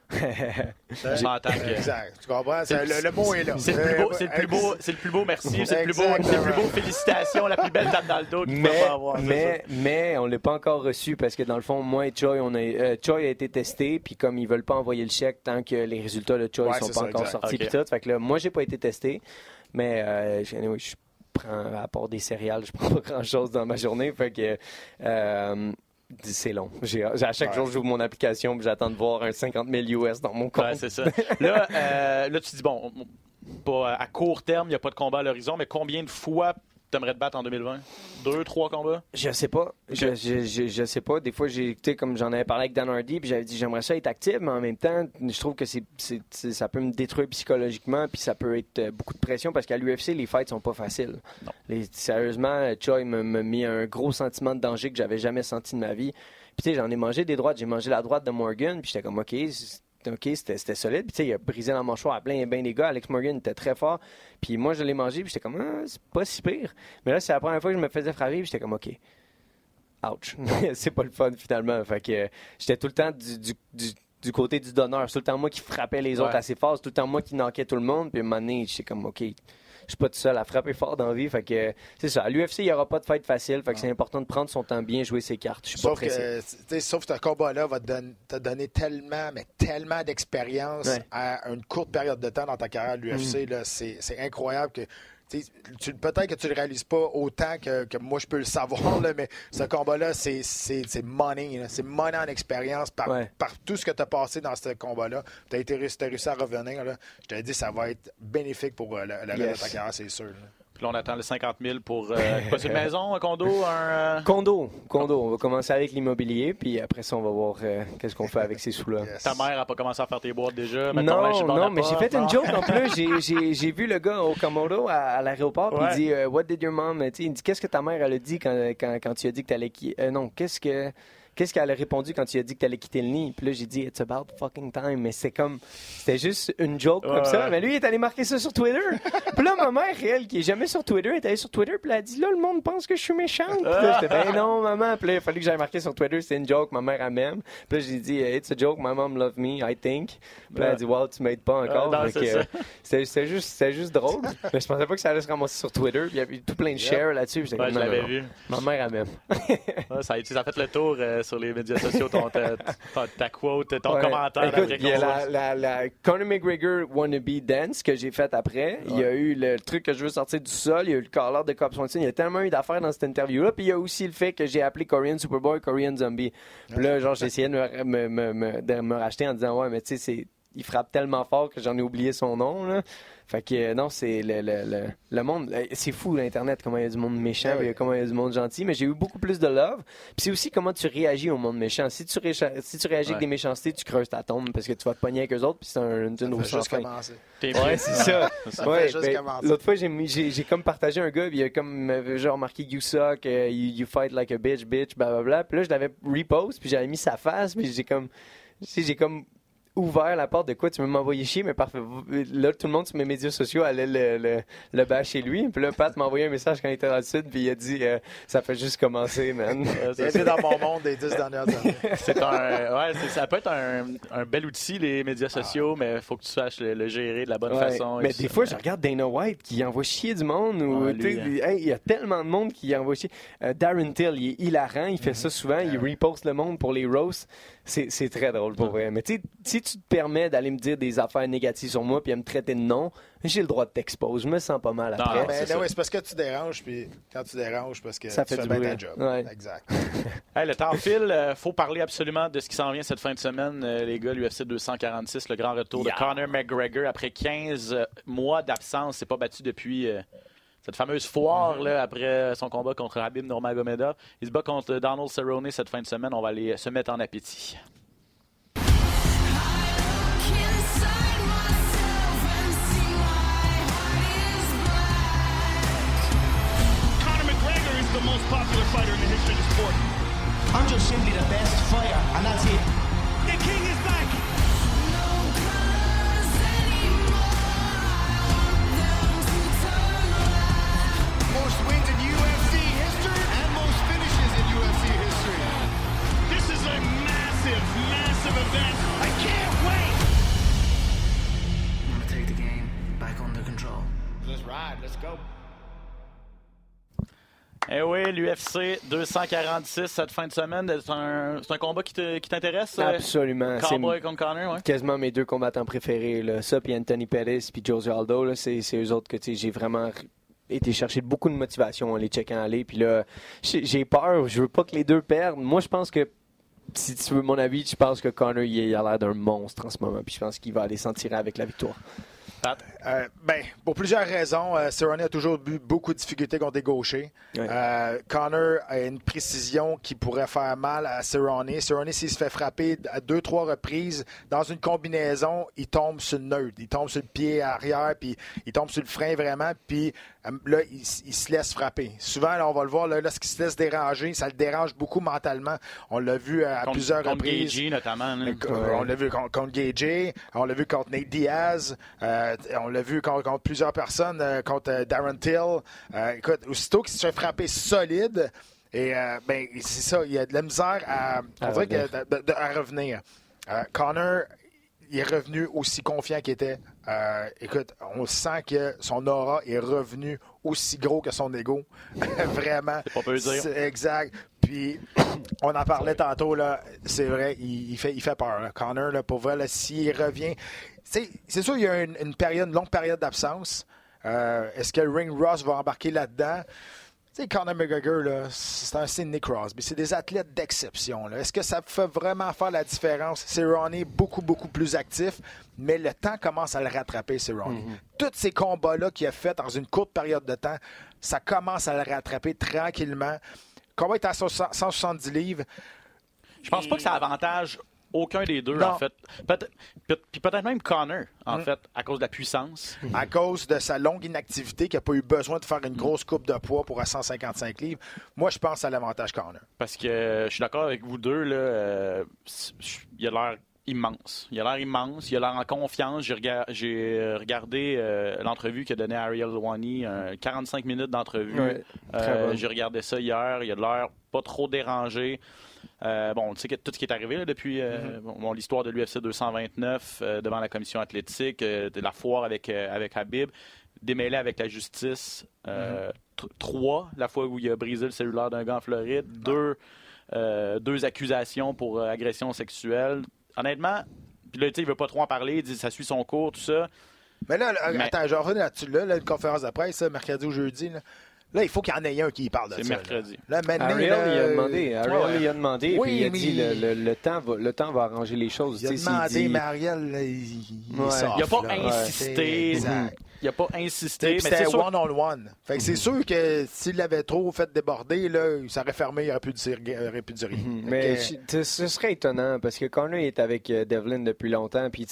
Exact. Tu comprends? Le mot est là. C'est le plus beau merci. C'est le plus beau félicitations, la plus belle tape dans le dos qu'il peut pas avoir. Mais on l'a pas encore reçu parce que dans le fond, moi et Choi, Choi a été testé, puis comme ils veulent pas envoyer le chèque tant que les résultats de Choi sont pas encore sortis, puis tout. Fait que là, moi, j'ai pas été testé, mais je prends, à part des céréales, je prends pas grand-chose dans ma journée. Fait que c'est long. À chaque jour, j'ouvre mon application et j'attends de voir un 50 000 US dans mon compte. Ouais, c'est ça. Là, tu te dis, bon, pas à court terme, il n'y a pas de combat à l'horizon, mais combien de fois tu aimerais te battre en 2020? 2, 3 combats? Je sais pas. Okay. Je sais pas. Des fois, comme j'en avais parlé avec Dan Hardy, puis j'avais dit j'aimerais ça être actif, mais en même temps, je trouve que ça peut me détruire psychologiquement, puis ça peut être beaucoup de pression parce qu'à l'UFC, les fights sont pas faciles. Sérieusement, Choi m'a mis un gros sentiment de danger que j'avais jamais senti de ma vie. Puis tu sais, j'en ai mangé des droites. J'ai mangé la droite de Morgan, puis j'étais comme OK, c'était solide. Puis tu sais, il a brisé la mâchoire à plein des gars. Alex Morgan était très fort. Puis moi, je l'ai mangé, puis j'étais comme c'est pas si pire. Mais là, c'est la première fois que je me faisais frapper, puis j'étais comme OK. Ouch. C'est pas le fun finalement. Fait que j'étais tout le temps du côté du donneur. C'est tout le temps moi qui frappais les autres assez fort. C'est tout le temps moi qui knockais tout le monde. Puis à un moment donné, j'étais comme OK. Je suis pas tout seul à frapper fort dans la vie. Fait que c'est ça. À l'UFC, il n'y aura pas de fight facile. Fait que c'est important de prendre son temps bien, jouer ses cartes. Je suis pas pressé. Sauf que ce combat-là va te donner tellement d'expérience à une courte période de temps dans ta carrière à l'UFC. C'est incroyable que. Peut-être que tu ne le réalises pas autant que moi je peux le savoir, là, mais ce combat-là, c'est money. C'est money en expérience par tout ce que tu as passé dans ce combat-là. Tu as réussi à revenir. Là. Je te dis, ça va être bénéfique pour la reste de ta carrière, c'est sûr. Là. Puis là, on attend le 50 000 pour c'est une maison, un condo, Condo. On va commencer avec l'immobilier, puis après ça, on va voir qu'est-ce qu'on fait avec ces sous-là. Ta mère n'a pas commencé à faire tes boîtes déjà? Non, mais j'ai fait une joke en plus. J'ai vu le gars au Komodo à l'aéroport, puis il dit « What did your mom... » Il dit « Qu'est-ce que ta mère elle a dit quand tu as dit que tu allais... Non, qu'est-ce qu'est-ce qu'elle a répondu quand tu as dit que tu allais quitter le nid? Puis là, j'ai dit, it's about fucking time. Mais c'était juste une joke comme ça. Mais lui, il est allé marquer ça sur Twitter. Puis là, ma mère, elle, qui est jamais sur Twitter, est allée sur Twitter, puis elle a dit, là, le monde pense que je suis méchante. Puis là, j'étais, ben non, maman. Puis là, il a fallu que j'aille marquer sur Twitter, c'est une joke, ma mère, elle m'aime. Puis là, j'ai dit, it's a joke, my mom love me, I think. Puis là, elle a dit, well, tu m'aides pas encore. Non, c'était juste drôle. Mais je pensais pas que ça allait se ramasser sur Twitter. Puis il y avait tout plein de shares là-dessus. Je l'avais vu. Ma mère, elle m'aime. Ça a fait le tour sur les médias sociaux, ta quote, ton commentaire. Écoute, il y a la Conor McGregor wannabe dance que j'ai faite après. Il y a eu le truc que je veux sortir du sol. Il y a eu le call-out de Cobb Swanson. Il y a tellement eu d'affaires dans cette interview-là. Puis il y a aussi le fait que j'ai appelé Korean Superboy Korean Zombie. Puis là, genre, j'ai essayé de me racheter en disant, ouais, mais tu sais, il frappe tellement fort que j'en ai oublié son nom, là. Fait que non, c'est le monde. C'est fou, l'Internet, comment il y a du monde méchant, comment il y a du monde gentil. Mais j'ai eu beaucoup plus de love. Puis c'est aussi comment tu réagis au monde méchant. Si tu réagis avec des méchancetés, tu creuses ta tombe parce que tu vas te pogner avec eux autres. Puis c'est une autre juste commencer. Ouais, c'est ça. Ouais, l'autre fois, j'ai comme partagé un gars, puis il a comme genre marqué You suck, you fight like a bitch, blablabla. Puis là, je l'avais repost, puis j'avais mis sa face, puis j'ai comme ouvert la porte de quoi tu veux m'envoyer chier, mais parfait. Là, tout le monde sur mes médias sociaux allait le bâcher lui. Puis là, Pat m'a envoyé un message quand il était dans le sud, puis il a dit ça fait juste commencer, man. C'est dans mon monde des 10 dernières années. Ça peut être un bel outil, les médias sociaux, mais il faut que tu saches le gérer de la bonne façon. Mais des fois, je regarde Dana White qui envoie chier du monde. Il y a tellement de monde qui envoie chier. Darren Till, il est hilarant, il fait ça souvent, il reposte le monde pour les roasts. C'est très drôle pour vrai. Mais tu sais, si tu te permets d'aller me dire des affaires négatives sur moi puis à me traiter de non, j'ai le droit de t'exposer. Je me sens pas mal après. C'est parce que tu déranges, puis quand tu déranges, parce que ça tu fais bien ta job. Ouais. Exact. Le temps file. Faut parler absolument de ce qui s'en vient cette fin de semaine. Les gars, l'UFC 246, le grand retour de Conor McGregor. Après 15 mois d'absence, c'est pas battu depuis... cette fameuse foire là, après son combat contre Khabib Nurmagomedov. Il se bat contre Donald Cerrone cette fin de semaine. On va aller se mettre en appétit. Conor McGregor is the most popular fighter in the history of the sport. I'm just simply the best fighter, and that's it. The king is back. Most wins in UFC history and most finishes in UFC history. This is a massive, massive event. I can't wait! I'm gonna take the game back under control. Let's ride, let's go. Eh oui, l'UFC 246 cette fin de semaine, c'est un combat qui t'intéresse? Absolument. Cowboy contre Conor, ouais. Quasiment mes deux combattants préférés. Là. Ça, puis Anthony Pettis, puis Jose Aldo, là, c'est eux autres que j'ai vraiment été chercher beaucoup de motivation en les checkant aller. Puis là, j'ai peur, je veux pas que les deux perdent. Moi, je pense que, si tu veux mon avis, je pense que Conor, il a l'air d'un monstre en ce moment. Puis je pense qu'il va aller s'en tirer avec la victoire. Pour plusieurs raisons. Cerrone a toujours eu beaucoup de difficultés contre des gauchers. Ouais. Conor a une précision qui pourrait faire mal à Cerrone. Cerrone, s'il se fait frapper à 2-3 reprises dans une combinaison, il tombe sur le neutre. Il tombe sur le pied arrière, puis il tombe sur le frein vraiment, puis là, il se laisse frapper. Souvent, là, on va le voir, là, lorsqu'il se laisse déranger, ça le dérange beaucoup mentalement. On l'a vu à plusieurs reprises. Contre Gaethje, notamment. On l'a vu contre Gaethje, on l'a vu contre Nate Diaz, on l'a vu contre plusieurs personnes, contre Darren Till. Écoute, aussitôt qu'il se fait frapper solide, et c'est ça, il y a de la misère à revenir. Conor, il est revenu aussi confiant qu'il était. Écoute, on sent que son aura est revenu aussi gros que son ego. Vraiment. C'est pas peu dire. Exact. Puis, on en parlait tantôt, là. C'est vrai, il fait peur. Là. Conor, là, pour vrai, là, s'il revient... C'est sûr, il y a une longue période d'absence. Est-ce que Ring Ross va embarquer là-dedans? Tu sais, Conor McGregor, là, c'est un Sidney Crosby. C'est des athlètes d'exception. Est-ce que ça peut vraiment faire la différence? Cerrone est beaucoup, beaucoup plus actif, mais le temps commence à le rattraper, Cerrone. Tous ces combats-là qu'il a fait dans une courte période de temps, ça commence à le rattraper tranquillement. Le combat est à 170 livres. Je pense pas que ça avantage aucun des deux, Non. en fait. Puis peut-être même Connor, en fait, à cause de la puissance. À cause de sa longue inactivité, qui n'a pas eu besoin de faire une grosse coupe de poids pour à 155 livres, moi, je pense à l'avantage Connor. Parce que je suis d'accord avec vous deux, là, il a l'air immense. Il a l'air immense, il a l'air en confiance. J'ai regardé l'entrevue qu'a donnée Ariel Helwani, 45 minutes d'entrevue. Ouais, très bonne. J'ai regardé ça hier, il a l'air pas trop dérangé. Bon, tu sais que tout ce qui est arrivé là, depuis l'histoire de l'UFC 229 devant la commission athlétique, de la foire avec Habib, démêlé avec la justice. 3, la fois où il a brisé le cellulaire d'un gars en Floride. 2 accusations pour agression sexuelle. Honnêtement, puis là, tu sais, il veut pas trop en parler, il dit ça suit son cours, tout ça. Mais là, attends, je reviens là-dessus. Là, une conférence de presse, mercredi ou jeudi, là, il faut qu'il y en ait un qui parle de ça. C'est mercredi. Là, maintenant, Ariel, il a demandé. ouais. Il a demandé, Oui, puis il a mais dit le temps va arranger les choses. Il a Tu sais, demandé, s'il dit- mais Ariel, là, il Ouais. sort, Il a pas là. insisté. Exact. Il a pas insisté, mais C'était c'est sûr. one-on-one. Fait que c'est sûr que s'il l'avait trop fait déborder, là, il s'aurait fermé, il aurait pu dire rien. Mais Fait que- ce serait étonnant parce que Connor est avec Devlin depuis longtemps. Puis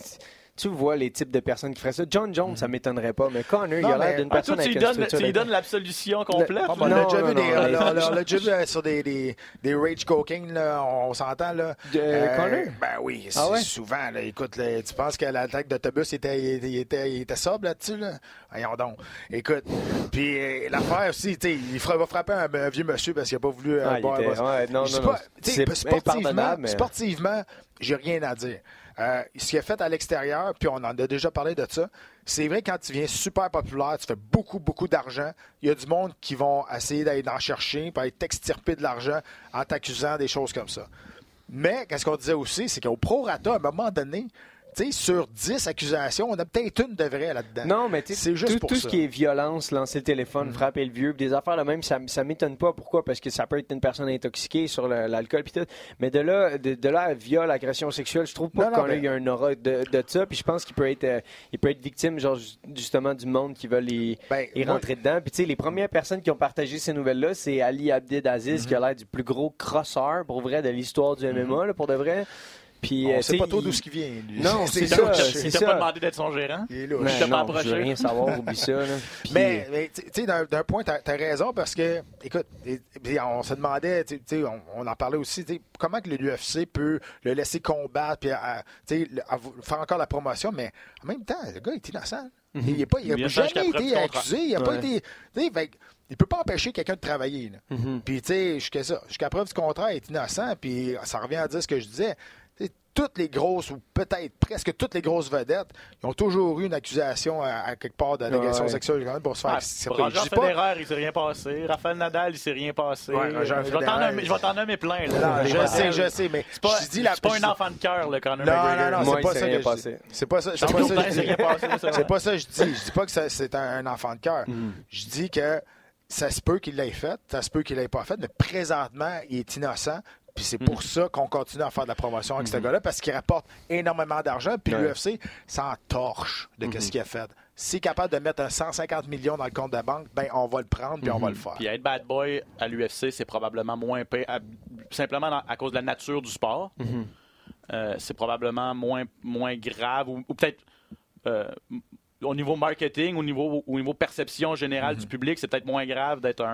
tu vois les types de personnes qui feraient ça. John Jones, ça m'étonnerait pas, mais Connor, il a mais- l'air d'une Ah, personne toi, tu avec lui une donnes, structure. tu lui donnes l'absolution complète. Ah, on là. l'a déjà Non, vu, non, on l'a déjà vu sur des rage cocaine, là, on s'entend. Là. Connor? Ben oui, Ah ouais? souvent. Là, écoute, là, tu penses que l'attaque d'autobus il était sobre là-dessus? Là? Voyons donc. Écoute, puis l'affaire aussi, tu sais, va frapper un vieux monsieur parce qu'il n'a pas voulu Ah, il boire était- un boss. ouais, non, Je dis non, pas- non. tu sais, C'est impardonnable, mais- sportivement, j'ai rien à dire. Ce qu'il a fait à l'extérieur, puis on en a déjà parlé de ça, c'est vrai quand tu viens super populaire, tu fais beaucoup, beaucoup d'argent, il y a du monde qui vont essayer d'aller en chercher, puis aller t'extirper de l'argent en t'accusant des choses comme ça. Mais, qu'est-ce qu'on disait aussi, c'est qu'au prorata, à un moment donné, tu sais, sur 10 accusations, on a peut-être une de vraie là-dedans. Non, mais tu sais, c'est juste pour tout ça. ce qui est violence, lancer le téléphone, frapper le vieux, pis des affaires de même, ça m'étonne pas. Pourquoi? Parce que ça peut être une personne intoxiquée sur l'alcool pis tout. Mais de là, viol, agression sexuelle, je trouve pas Non, qu'on mais- a eu un aura de ça. Puis je pense qu'il peut être victime, genre justement du monde qui veut y moi- rentrer dedans. Puis tu sais, les premières personnes qui ont partagé ces nouvelles-là, c'est Ali Abdelaziz, qui a l'air du plus gros crosseur, pour vrai, de l'histoire du MMA, là, pour de vrai. Puis, On tu sait sais, pas trop d'où ce qui vient. lui. Non, c'est Il ça, t'a c'est pas ça. demandé d'être son gérant. Il est louche. Mais Je t'ai pas non, approché. je veux rien savoir, oublie ça. Là. Puis, Mais tu sais, d'un point, t'as raison parce que, écoute, puis on se demandait, tu sais, on en parlait aussi, tu sais, comment que l'UFC peut le laisser combattre puis tu sais, faire encore la promotion, mais en même temps, le gars est innocent. Il n'a Il vient jamais jusqu'à preuve été du contraire. accusé, il n'a pas été. Tu sais, fait que il peut pas empêcher quelqu'un de travailler. Là. Puis, tu sais, jusqu'à preuve du contraire, il est innocent, puis ça revient à dire ce que je disais. Tu sais, toutes les grosses, ou peut-être presque toutes les grosses vedettes, ils ont toujours eu une accusation à quelque part d'agression Ouais. sexuelle quand même pour se faire. Roger Je dis pas- Federer, il s'est rien passé. Raphaël Nadal, il s'est rien passé. Ouais, Roger Je vais t'en Federer, nommer- je vais t'en nommer plein. Non, Là. je sais, mais C'est pas, je dis la- c'est pas un enfant de cœur, le Conor Non, McGregor. non, Moi, c'est pas il s'est ça rien que je passé. dis. C'est pas ça. C'est Jean pas ça Jourdain, que je c'est rien dis. passé, ça. C'est pas ça que je dis. Je dis pas que c'est un enfant de cœur. Je dis que ça se peut qu'il l'ait fait, ça se peut qu'il l'ait pas fait, mais présentement, il est innocent. Puis c'est pour ça qu'on continue à faire de la promotion avec ce gars-là, parce qu'il rapporte énormément d'argent. Puis l'UFC s'en torche de ce qu'il a fait. S'il est capable de mettre un 150 millions dans le compte de la banque, ben on va le prendre puis on va le faire. Puis être bad boy à l'UFC, c'est probablement moins pire, simplement à cause de la nature du sport. C'est probablement moins grave, ou peut-être au niveau marketing, au niveau perception générale du public, c'est peut-être moins grave d'être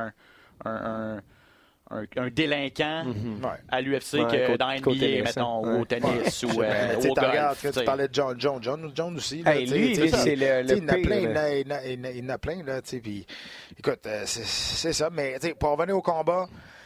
un délinquant Ouais. à l'UFC Ouais, que qu'au- dans qu'au NBA, tennis, mettons, hein. ou au tennis, ou Tu sais, au t'en regardes, golf. tu t'sais. parlais de John aussi. Là, Hey, tu sais, lui, tu sais, c'est le tu sais, il y en a pire, plein, là. il y en a plein, là, tu sais, puis écoute, c'est ça, mais tu sais, pour revenir au combat,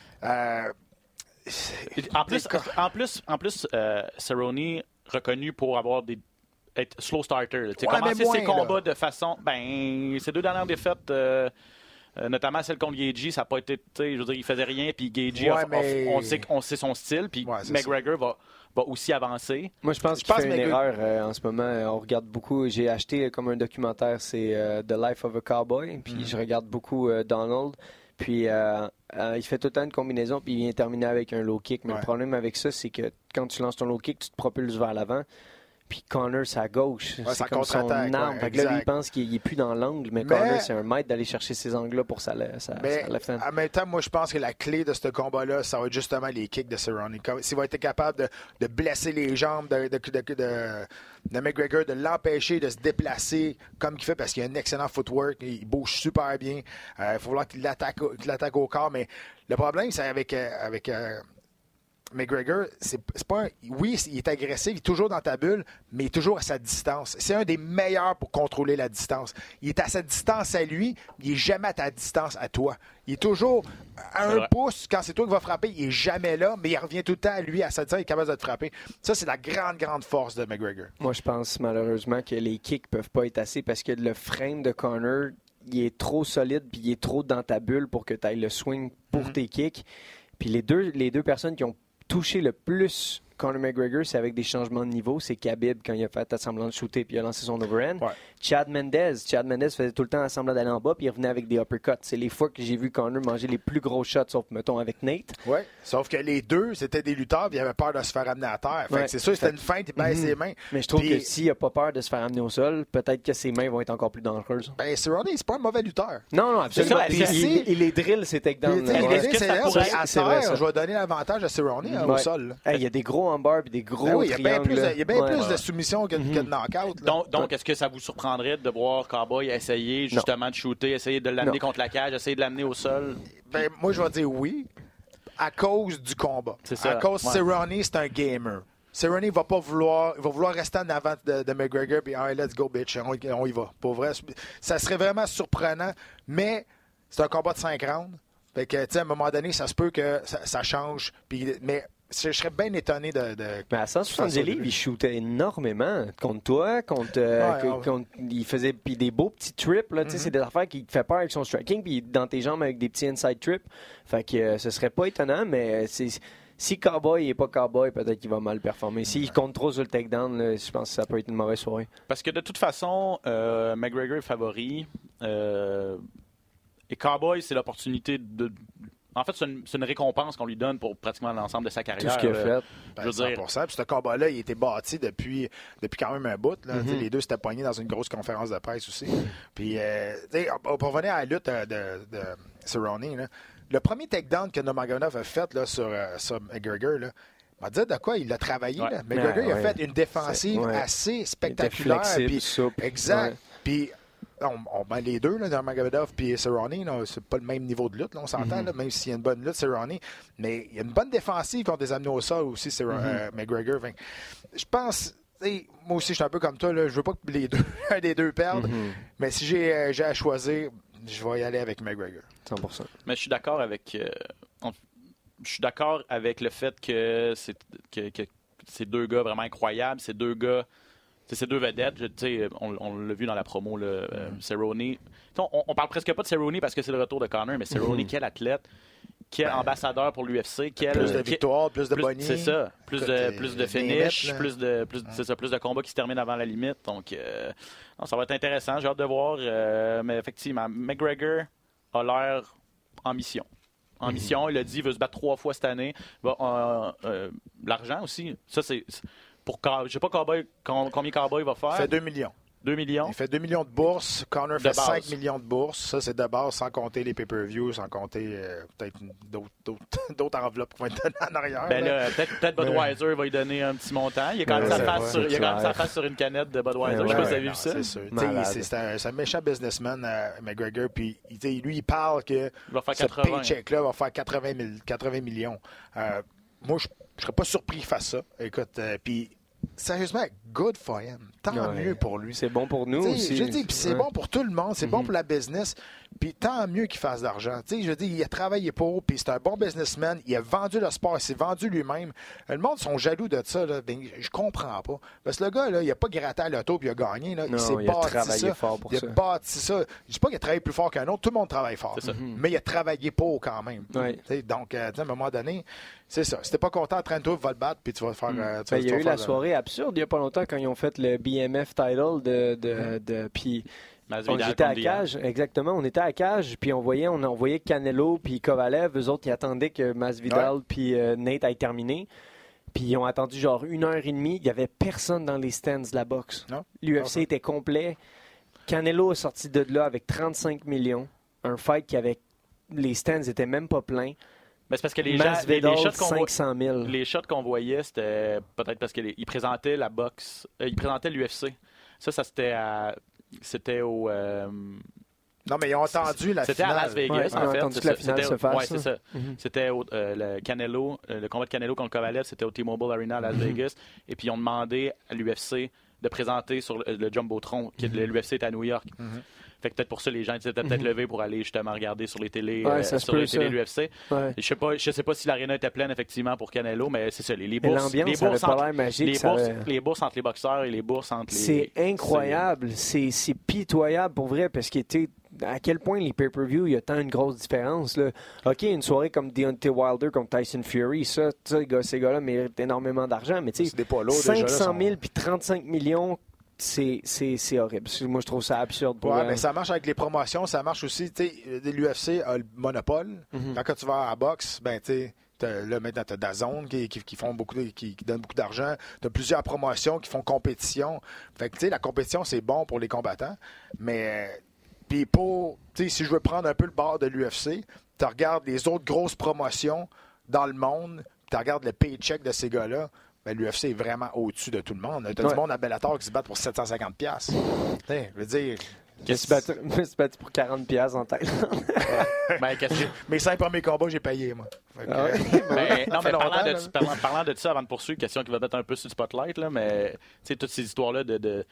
En plus, Cerrone reconnu pour avoir être slow starter. là. Tu sais, Ouais, commencer mais moins, ses combats là. de façon... Ben, ces 2 dernières défaites, notamment celle contre Gaethje, ça n'a pas été... Tu sais, je veux dire, il faisait rien, puis Gaethje, Ouais, mais- on sait son style, puis Ouais, c'est McGregor va aussi avancer. Moi, je pense Je qu'il pense fait une que- erreur en ce moment. On regarde beaucoup. J'ai acheté comme un documentaire, c'est The Life of a Cowboy. Puis je regarde beaucoup Donald. Puis il fait tout le temps une combinaison, puis il vient terminer avec un low kick. Mais Ouais. le problème avec ça, c'est que quand tu lances ton low kick, tu te propulses vers l'avant. puis Connor sa gauche. Ouais, c'est ça comme son contre-attaque, arme. ouais, Fait que là, lui, il exact. pense qu'il n'est plus dans l'angle, mais Connor, c'est un maître d'aller chercher ces angles-là pour sa Mais left hand. en même temps, moi, je pense que la clé de ce combat-là, ça va être justement les kicks de Cerrone. S'il va être capable de blesser les jambes de McGregor, de l'empêcher de se déplacer comme il fait, parce qu'il a un excellent footwork, il bouge super bien. Il faut vouloir qu'il l'attaque au corps, mais le problème, c'est avec McGregor, c'est pas oui, il est agressif, il est toujours dans ta bulle, mais il est toujours à sa distance. C'est un des meilleurs pour contrôler la distance. Il est à sa distance à lui, il est jamais à ta distance à toi. Il est toujours à un pouce, quand c'est toi qui vas frapper, il est jamais là, mais il revient tout le temps à lui, à sa distance, il est capable de te frapper. Ça, c'est la grande force de McGregor. Moi, je pense malheureusement que les kicks peuvent pas être assez parce que le frame de Connor, il est trop solide puis il est trop dans ta bulle pour que tu ailles le swing pour tes kicks. Puis les deux personnes qui ont touché le plus Conor McGregor, c'est avec des changements de niveau. C'est Khabib quand il a fait semblant de shooter puis il a lancé son overhand. Ouais. Chad Mendes faisait tout le temps semblant d'aller en bas puis il revenait avec des uppercuts. C'est les fois que j'ai vu Conor manger les plus gros shots, sauf, mettons, avec Nate. Oui, sauf que les deux, c'était des lutteurs puis ils avaient peur de se faire amener à terre. Fait que c'est sûr, c'était une feinte, il baisse ses mains. Mais je trouve que s'il n'a pas peur de se faire amener au sol, peut-être que ses mains vont être encore plus dangereuses. Ben, Cerrone, c'est pas un mauvais lutteur. Non, absolument. Il les drill, ses takedowns. Je vais donner l'avantage à Cerrone au sol. Il y a des gros armbar et des gros il y a bien plus de soumission que de knock-out. Donc, est-ce que ça vous surprendrait de voir Cowboy essayer justement de shooter, essayer de l'amener contre la cage, essayer de l'amener au sol? Ben, moi, je vais dire oui, à cause du combat. À cause Cerrone, c'est un gamer. Cerrone va vouloir rester en avant de McGregor puis hey, let's go bitch, on y va. Pour vrai, ça serait vraiment surprenant, mais c'est un combat de 5 rounds. Fait que, tu sais, à un moment donné, ça se peut que ça change. Mais je serais bien étonné de... Mais à 170 livres, il shootait énormément contre toi, il faisait puis des beaux petits trips. Là, c'est des affaires qui te fait peur avec son striking, puis dans tes jambes avec des petits inside trips. Fait que ce serait pas étonnant, mais si Cowboy n'est pas Cowboy, peut-être qu'il va mal performer. S'il compte trop sur le takedown, là, je pense que ça peut être une mauvaise soirée. Parce que de toute façon, McGregor est favori. Et Cowboy, c'est l'opportunité de... En fait, c'est une récompense qu'on lui donne pour pratiquement l'ensemble de sa carrière. Tout ce qu'il a fait. Je veux 100%. Puis ce combat-là, il a été bâti depuis quand même un bout. Là. Les deux s'étaient poignés dans une grosse conférence de presse aussi. Puis, pour revenir à la lutte de Cerrone, là, le premier takedown que Nurmagomedov a fait là, sur McGregor, là, on va dire de quoi il a travaillé. Ouais. Là. McGregor il a fait une défensive assez spectaculaire. Flexible, puis, souple. Exact. Puis, les deux, Nurmagomedov et Cerrone, c'est pas le même niveau de lutte, là, on s'entend, là, même s'il y a une bonne lutte, Cerrone. Mais il y a une bonne défensive contre des amenés au sol aussi, McGregor. Je pense, moi aussi, je suis un peu comme toi, là, je veux pas que un des deux perdent, mais si j'ai à choisir, je vais y aller avec McGregor. 100%. Mais je suis d'accord avec... je suis d'accord avec le fait que c'est deux gars vraiment incroyables, ces deux gars... Ces deux vedettes, on l'a vu dans la promo, Cerrone. On parle presque pas de Cerrone parce que c'est le retour de Conor, mais Cerrone, quel athlète, quel ambassadeur pour l'UFC. Plus de victoires, plus de bonnies. C'est ça. Plus de finish, plus de combats qui se terminent avant la limite. Donc, ça va être intéressant. J'ai hâte de voir. Mais effectivement, McGregor a l'air en mission. En mission, il a dit qu'il veut se battre 3 fois cette année. L'argent aussi, ça c'est... Je ne sais pas combien Cowboy va faire. Il fait 2 millions. 2 millions. Il fait 2 millions de bourses. Conor fait 5 millions de bourses. Ça, c'est de base, sans compter les pay-per-views, sans compter peut-être d'autres enveloppes qui vont être données en arrière. Ben là, peut-être Budweiser va lui donner un petit montant. Il y a quand même sa face sur une canette de Budweiser. Je ne sais pas si vous avez vu ça. C'est sûr. C'est un méchant businessman, McGregor. Puis lui, il parle que ce paycheck-là va faire 80 millions. Moi, je ne serais pas surpris qu'il fasse ça. Écoute, puis sérieusement, good for him. Tant mieux pour lui. C'est bon pour nous aussi. Je dis, puis c'est bon pour tout le monde. C'est bon pour la business. Puis tant mieux qu'il fasse de l'argent. Je dis, il a travaillé pour, puis c'est un bon businessman. Il a vendu le sport, il s'est vendu lui-même. Le monde sont jaloux de ça. Là. Ben, je comprends pas. Parce que le gars, là, il n'a pas gratté à l'auto puis il a gagné. Là. Non, il a travaillé fort pour ça. Il a bâti ça. Je dis pas qu'il a travaillé plus fort qu'un autre. Tout le monde travaille fort. Mais il a travaillé pour quand même. Donc, à un moment donné, c'est ça. Si t'es pas content, entraîne-toi, va le battre, puis tu vas faire... il y a eu la soirée absurde il n'y a pas longtemps quand ils ont fait le BMF title puis on était à cage, exactement, on était à cage, puis on voyait Canelo puis Kovalev, eux autres, ils attendaient que Masvidal puis Nate aient terminé. Puis ils ont attendu genre 1h30. Il n'y avait personne dans les stands de la boxe. L'UFC était complet. Canelo est sorti de là avec 35 millions. Un fight qui avait... Les stands n'étaient même pas pleins. Mais c'est parce que les shots 500 000. Les shots qu'on voyait, c'était peut-être parce qu'ils présentaient la boxe. Ils présentaient l'UFC. Ça c'était au... Non, mais ils ont entendu la finale. C'était à Las Vegas, en fait. Entendu la finale se fasse. Ouais, c'est ça. C'était le Canelo, le combat de Canelo contre Kovalev, c'était au T-Mobile Arena à Las Vegas. Et puis, ils ont demandé à l'UFC de présenter sur le Jumbotron, que l'UFC est à New York. Fait que peut-être pour ça, les gens étaient peut-être levés pour aller justement regarder sur les télés, l'UFC. Ouais. Je sais pas si l'aréna était pleine, effectivement, pour Canelo, mais c'est ça. Les bourses entre les boxeurs et les bourses entre les... C'est incroyable. C'est pitoyable, pour vrai, parce que, à quel point les pay-per-view, il y a tant une grosse différence. Là. OK, une soirée comme Deontay Wilder, comme Tyson Fury, ces gars-là méritent énormément d'argent, mais tu sais, 500 000 puis 35 millions... C'est horrible. Moi, je trouve ça absurde. Mais ça marche avec les promotions. Ça marche aussi. L'UFC a le monopole. Quand tu vas à la boxe, là, maintenant, tu as DAZN qui font qui donnent beaucoup d'argent. Tu as plusieurs promotions qui font compétition. Fait que, la compétition, c'est bon pour les combattants. Mais, puis si je veux prendre un peu le bord de l'UFC, tu regardes les autres grosses promotions dans le monde, tu regardes le paycheck de ces gars-là. Ben, l'UFC est vraiment au-dessus de tout le monde. T'as du monde à Bellator qui se bat pour 750$. Je veux dire... Je me suis battu pour 40$ en Thaïlande. Mes 5 premiers combats, j'ai payé, moi. Parlant de ça, avant de poursuivre, question qui va mettre un peu sur le spotlight, là, mais toutes ces histoires-là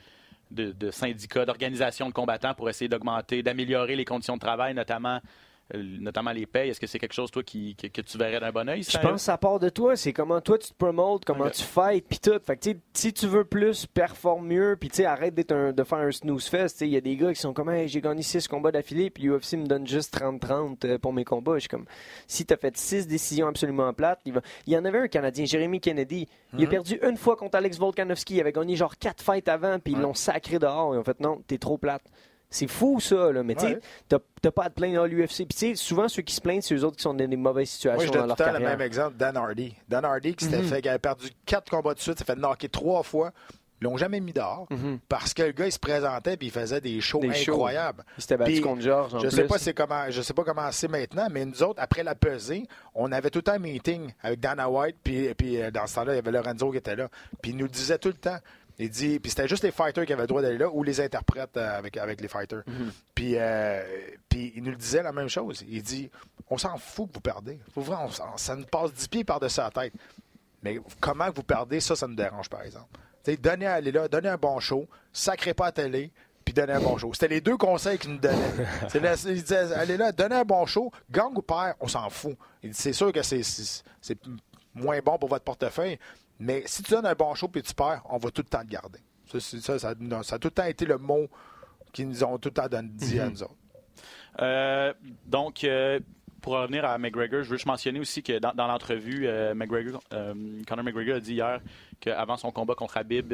de syndicats, d'organisations de combattants pour essayer d'augmenter, d'améliorer les conditions de travail, notamment les payes. Est-ce que c'est quelque chose, toi, que tu verrais d'un bon oeil? Je pense que ça part de toi. C'est comment toi, tu te promotes, comment tu fights, puis tout. Fait que, si tu veux plus, performe mieux, puis arrête de faire un snooze fest. Il y a des gars qui sont comme hey, j'ai gagné 6 combats d'affilée, puis l'UFC me donne juste 30-30 pour mes combats. Je suis comme, si tu as fait 6 décisions absolument plates, il y en avait un Canadien, Jeremy Kennedy. Il a perdu une fois contre Alex Volkanovski. Il avait gagné genre 4 fights avant, puis ils l'ont sacré dehors. Ils ont fait non, t'es trop plate. C'est fou, ça, là. Mais tu sais, t'as pas à te plaindre à l'UFC. Puis tu sais, souvent, ceux qui se plaignent, c'est eux autres qui sont dans des mauvaises situations dans leur carrière. Moi, je donne le même exemple, Dan Hardy, qui s'était fait, qui avait perdu 4 combats de suite, s'est fait knocker 3 fois. Ils l'ont jamais mis dehors parce que le gars, il se présentait et il faisait des shows incroyables. Il s'était battu contre George, je sais pas comment c'est maintenant, mais nous autres, après la pesée, on avait tout le temps un meeting avec Dana White, puis dans ce temps-là, il y avait Lorenzo qui était là. Puis il nous disait tout le temps, il dit, puis c'était juste les fighters qui avaient le droit d'aller là ou les interprètes avec les fighters. Puis il nous le disait la même chose. Il dit, on s'en fout que vous perdez. Pour vrai, ça nous passe 10 pieds par-dessus la tête. Mais comment vous perdez, ça nous dérange, par exemple. Donnez un bon show, sacrez pas à la télé, puis donnez un bon show. C'était les 2 conseils qu'il nous donnait. Il disait, allez là, donnez un bon show, gang ou perd, on s'en fout. Il dit, c'est sûr que c'est moins bon pour votre portefeuille, mais si tu donnes un bon show puis tu perds, on va tout le temps te garder. Ça a tout le temps été le mot qu'ils nous ont tout le temps dit à nous autres. Donc, pour revenir à McGregor, je veux juste mentionner aussi que dans l'entrevue, Conor McGregor a dit hier qu'avant son combat contre Khabib,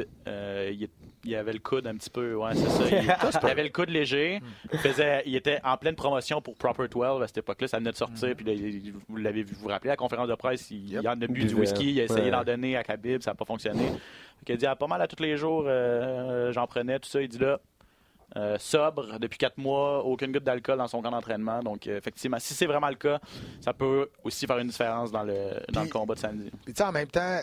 il avait le coude un petit peu. Ouais, c'est ça. Il avait le coude léger. Il était en pleine promotion pour Proper 12 à cette époque-là. Ça venait de sortir. Puis là, vous l'avez vu, vous vous rappelez, à la conférence de presse, il en a bu du whisky. Il a essayé d'en donner à Khabib. Ça n'a pas fonctionné. Il a dit pas mal à tous les jours, j'en prenais, tout ça. Il dit là, sobre depuis 4 mois, aucune goutte d'alcool dans son camp d'entraînement. Donc, effectivement, si c'est vraiment le cas, ça peut aussi faire une différence dans le combat de samedi. Puis, tu sais, en même temps,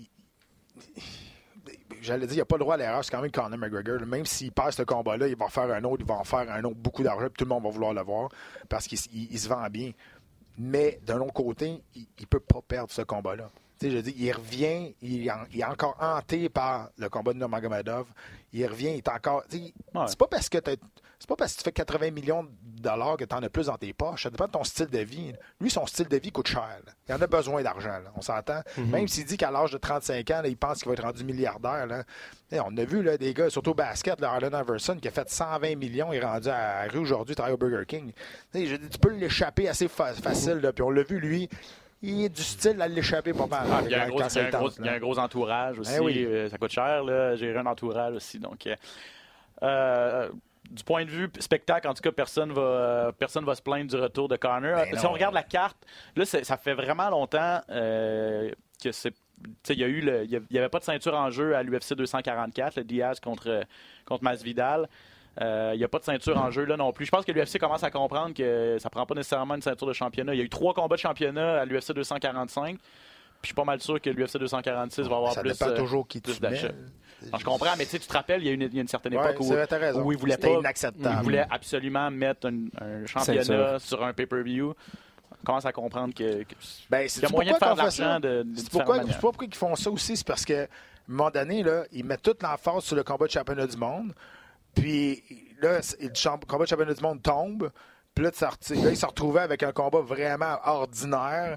j'allais dire, il n'y a pas le droit à l'erreur. C'est quand même Conor McGregor. Là. Même s'il passe ce combat-là, il va en faire un autre, beaucoup d'argent, puis tout le monde va vouloir le voir parce qu'il se vend bien. Mais d'un autre côté, il ne peut pas perdre ce combat-là. Tu sais, je dis, il revient, il est encore hanté par le combat de Nurmagomedov. Il revient, il est encore. C'est pas parce que tu fais 80 millions de dollars que tu en as plus dans tes poches. Ça dépend de ton style de vie. Lui, son style de vie coûte cher. Là. Il en a besoin d'argent. Là. On s'entend. Même s'il dit qu'à l'âge de 35 ans, là, il pense qu'il va être rendu milliardaire. Là. On a vu là, des gars, surtout au basket, là, Allen Iverson, qui a fait 120 millions, il est rendu à la rue aujourd'hui, travaille au Burger King. Tu peux l'échapper assez facile. Là. Puis on l'a vu, lui. Il est du style à l'échapper pas mal. Il y a un gros entourage aussi. Oui. Ça coûte cher, là, gérer un entourage aussi. Donc, du point de vue spectacle, en tout cas, personne va se plaindre du retour de Conor. Si on regarde la carte, là, ça fait vraiment longtemps que c'est il n'y avait pas de ceinture en jeu à l'UFC 244, le Diaz contre Masvidal. Il n'y a pas de ceinture en jeu là non plus. Je pense que l'UFC commence à comprendre que ça ne prend pas nécessairement une ceinture de championnat. Il y a eu 3 combats de championnat à l'UFC 245. Puis je suis pas mal sûr que l'UFC 246 va avoir plus toujours qui plus d'achats. Je comprends, mais tu te rappelles, il y a une certaine époque où il voulait pas, inacceptable. Il voulait absolument mettre un championnat sur un pay-per-view. On commence à comprendre qu'il y a moyen de faire de l'argent de différentes manières. C'est pourquoi ils font ça aussi, c'est parce qu'à un moment donné, là, ils mettent toute l'emphase sur le combat de championnat du monde. Puis là, le combat de championnat du monde tombe. Puis là, il se retrouvait avec un combat vraiment ordinaire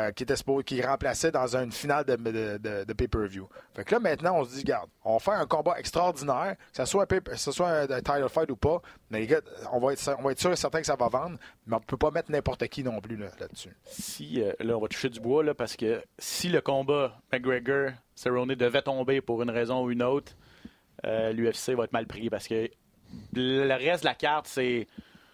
qui remplaçait dans une finale de pay-per-view. Fait que là, maintenant, on se dit, regarde, on va faire un combat extraordinaire, que ce soit un title fight ou pas, mais les gars, on va être sûr et certain que ça va vendre, mais on ne peut pas mettre n'importe qui non plus là-dessus. Là, on va toucher du bois, là, parce que si le combat McGregor-Cerrone devait tomber pour une raison ou une autre, l'UFC va être mal pris, parce que le reste de la carte, c'est...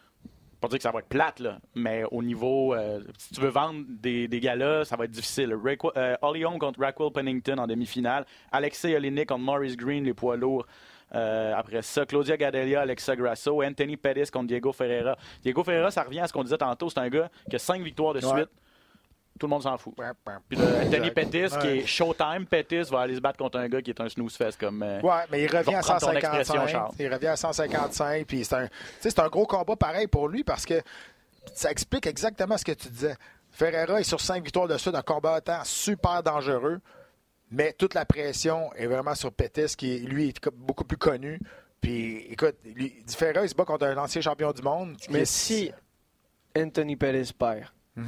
Pas dire que ça va être plate, là, mais au niveau... si tu veux vendre des galas, ça va être difficile. Holly Holm contre Raquel Pennington en demi-finale. Alexei Oleinik contre Maurice Green, les poids lourds. Après ça, Claudia Gadelha, Alexa Grasso. Anthony Pettis contre Diego Ferreira. Diego Ferreira, ça revient à ce qu'on disait tantôt. C'est un gars qui a 5 victoires de suite. Tout le monde s'en fout. Puis Anthony Pettis, qui est Showtime Pettis, va aller se battre contre un gars qui est un snooze fest comme... mais il revient à 155. Il revient à 155. Puis c'est un gros combat pareil pour lui parce que ça explique exactement ce que tu disais. Ferreira est sur 5 victoires de suite, un combattant super dangereux, mais toute la pression est vraiment sur Pettis, qui lui est beaucoup plus connu. Puis écoute, Ferreira, il se bat contre un ancien champion du monde. Mais si Anthony Pettis perd...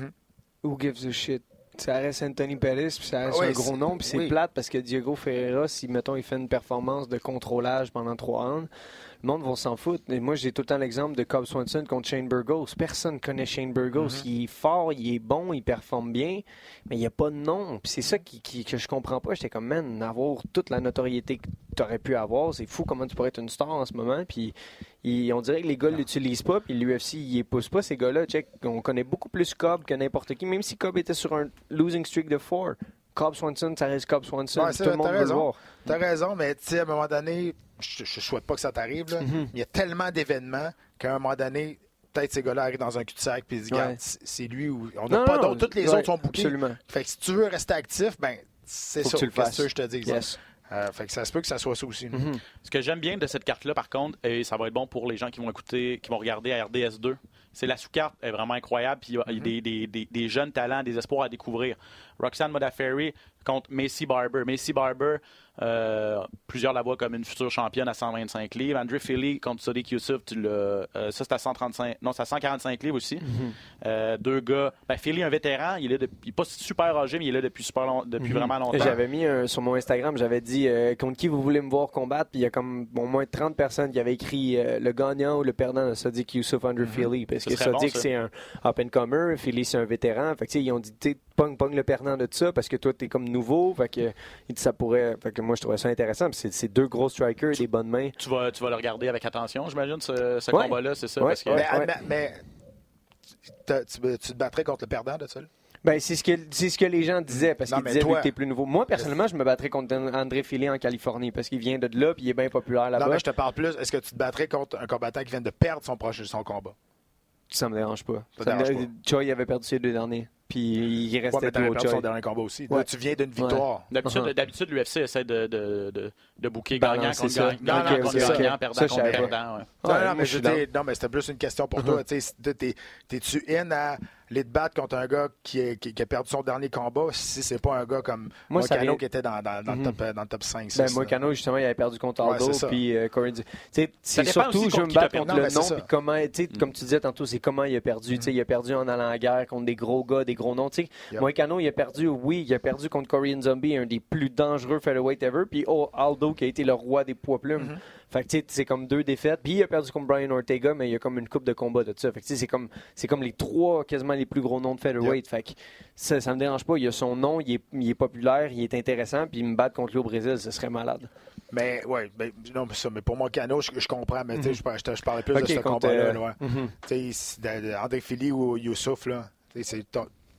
Who gives a shit? Ça reste Anthony Pettis, puis ça reste un gros nom, puis c'est plate parce que Diego Ferreira, si, mettons, il fait une performance de contrôlage pendant 3 rounds, le monde va s'en foutre. Et moi, j'ai tout le temps l'exemple de Cobb Swanson contre Shane Burgos. Personne ne connaît Shane Burgos. Il est fort, il est bon, il performe bien, mais il n'y a pas de nom. Puis c'est ça que je comprends pas. J'étais comme, man, avoir toute la notoriété que tu aurais pu avoir, c'est fou comment tu pourrais être une star en ce moment. Puis on dirait que les gars ne l'utilisent pas, puis l'UFC, il les pousse pas, ces gars-là. Check, on connaît beaucoup plus Cobb que n'importe qui, même si Cobb était sur un losing streak de 4. Cobb Swanson, ça reste Cobb Swanson. Tout le monde veut le voir. T'as raison, mais tu sais, à un moment donné, je souhaite pas que ça t'arrive, là, mais il y a tellement d'événements qu'à un moment donné, peut-être ces gars-là arrivent dans un cul-de-sac puis ils disent, regarde, c'est lui ou on n'a pas d'autres. Toutes les autres sont bookés. Absolument. Fait que si tu veux rester actif, ben c'est ça. Que tu le fasses. C'est ça, je te dis. Yes. Fait que ça se peut que ça soit ça aussi. Ce que j'aime bien de cette carte-là, par contre, et ça va être bon pour les gens qui vont écouter, qui vont regarder à RDS2, c'est la sous-carte est vraiment incroyable. Puis il y a des jeunes talents, des espoirs à découvrir. Roxanne Modafferi contre Macy Barber. Macy Barber, plusieurs la voient comme une future championne à 125 livres. Andre Fili contre Sodiq Yusuff, ça c'est à 135. Non, c'est à 145 livres aussi. Deux gars. Fili, un vétéran, il est pas super âgé, mais il est là depuis vraiment longtemps. J'avais mis sur mon Instagram, j'avais dit contre qui vous voulez me voir combattre, puis il y a comme au moins 30 personnes qui avaient écrit le gagnant ou le perdant de Sodiq Yusuff, Andre Fili. Parce que Sodiq, c'est un up-and-comer, Fili, c'est un vétéran. Fait que, ils ont dit, pogne le perdant de ça parce que toi, t'es comme nouveau. Fait que ça pourrait. Fait que moi, je trouvais ça intéressant. C'est 2 gros strikers, des bonnes mains. Tu vas le regarder avec attention, j'imagine, ce combat-là, c'est ça? Parce que... Mais tu te battrais contre le perdant de ça? Ben, c'est ce que les gens disaient, parce qu'ils disaient que t'es plus nouveau. Moi, personnellement, je me battrais contre André Fili en Californie, parce qu'il vient de là, puis il est bien populaire là-bas. Non, mais je te parle plus. Est-ce que tu te battrais contre un combattant qui vient de perdre son combat? Ça me dérange pas. Choi, il avait perdu ses 2 derniers. Puis il restait tout au Choi. son dernier combat aussi. Là, tu viens d'une victoire. D'habitude, l'UFC essaie de booker gagnant contre gagnant, perdant contre perdant. Non, mais c'était plus une question pour toi. T'es-tu in à aller te battre contre un gars qui a perdu son dernier combat si c'est pas un gars comme Moïcano qui était dans le top 5? Moïcano, justement, il avait perdu contre Aldo. Puis Corey. C'est surtout, je veux me battre contre le nom. Puis comment, comme tu disais tantôt, c'est comment il a perdu. Il a perdu en allant à la guerre contre des gros gars, des gros noms. Moïcano, il a perdu contre Korean Zombie, un des plus dangereux featherweight ever. Puis Aldo, qui a été le roi des poids plumes. Fait que c'est comme 2 défaites. Puis il a perdu contre Brian Ortega, mais il y a comme une coupe de combat de ça. Fait que c'est comme les 3 quasiment les plus gros noms de featherweight. Fait que ça me dérange pas. Il a son nom, il est populaire, il est intéressant. Puis me battre contre lui au Brésil, ce serait malade. Mais mais pour Moïcano, je comprends. Mais je parlais plus de ce combat-là. André Fili ou Youssouf, là,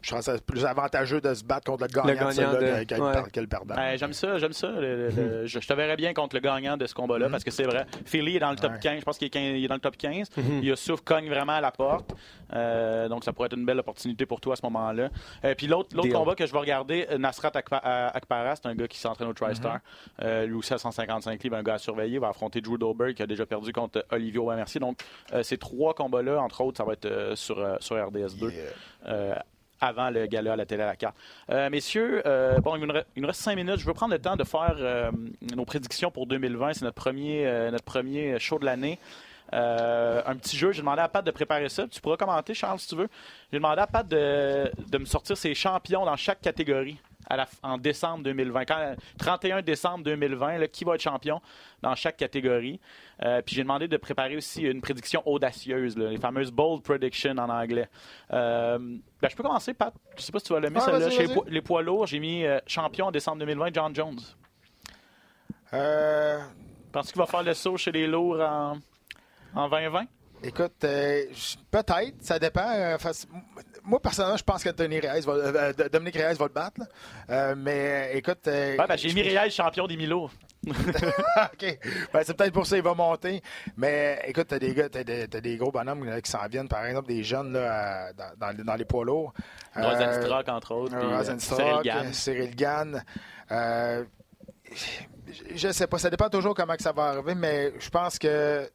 Je pense que c'est plus avantageux de se battre contre le gagnant de celui-là que le perdant. J'aime ça. Je te verrais bien contre le gagnant de ce combat-là parce que c'est vrai. Philly est dans le top 15. Je pense qu'il est dans le top 15. Yusuf cogne vraiment à la porte. Donc, ça pourrait être une belle opportunité pour toi à ce moment-là. Puis l'autre combat que je vais regarder, Nasrat Akpara, c'est un gars qui s'entraîne au TriStar. Lui aussi à 155 livres, un gars à surveiller. Il va affronter Drew Dober qui a déjà perdu contre Olivier Aubin-Mercier. Donc, ces 3 combats-là, entre autres, ça va être sur RDS2. Avant le gala à la télé à la carte. Messieurs, il nous reste 5 minutes. Je veux prendre le temps de faire nos prédictions pour 2020. C'est notre premier show de l'année. Un petit jeu. J'ai demandé à Pat de préparer ça. Tu pourras commenter, Charles, si tu veux. J'ai demandé à Pat de me sortir ses champions dans chaque catégorie en décembre 2020. 31 décembre 2020, là, qui va être champion dans chaque catégorie. Puis j'ai demandé de préparer aussi une prédiction audacieuse, là, les fameuses bold predictions en anglais. Je peux commencer, Pat. Je ne sais pas si tu vas le mettre celle-là. Chez les poids lourds, j'ai mis champion en décembre 2020, John Jones. Penses-tu qu'il va faire le saut chez les lourds en 2020? Écoute, peut-être, ça dépend. Moi, personnellement, je pense que Dominique Reyes va le battre. Mais écoute... j'ai mis Reyes champion des mi-lourds. OK. C'est peut-être pour ça qu'il va monter. Mais écoute, t'as des gros bonhommes là, qui s'en viennent. Par exemple, des jeunes là, dans les poids lourds. Rosenstruck, entre autres. Rosenstruck, Cyril Gann. Je sais pas. Ça dépend toujours comment que ça va arriver, mais je pense que...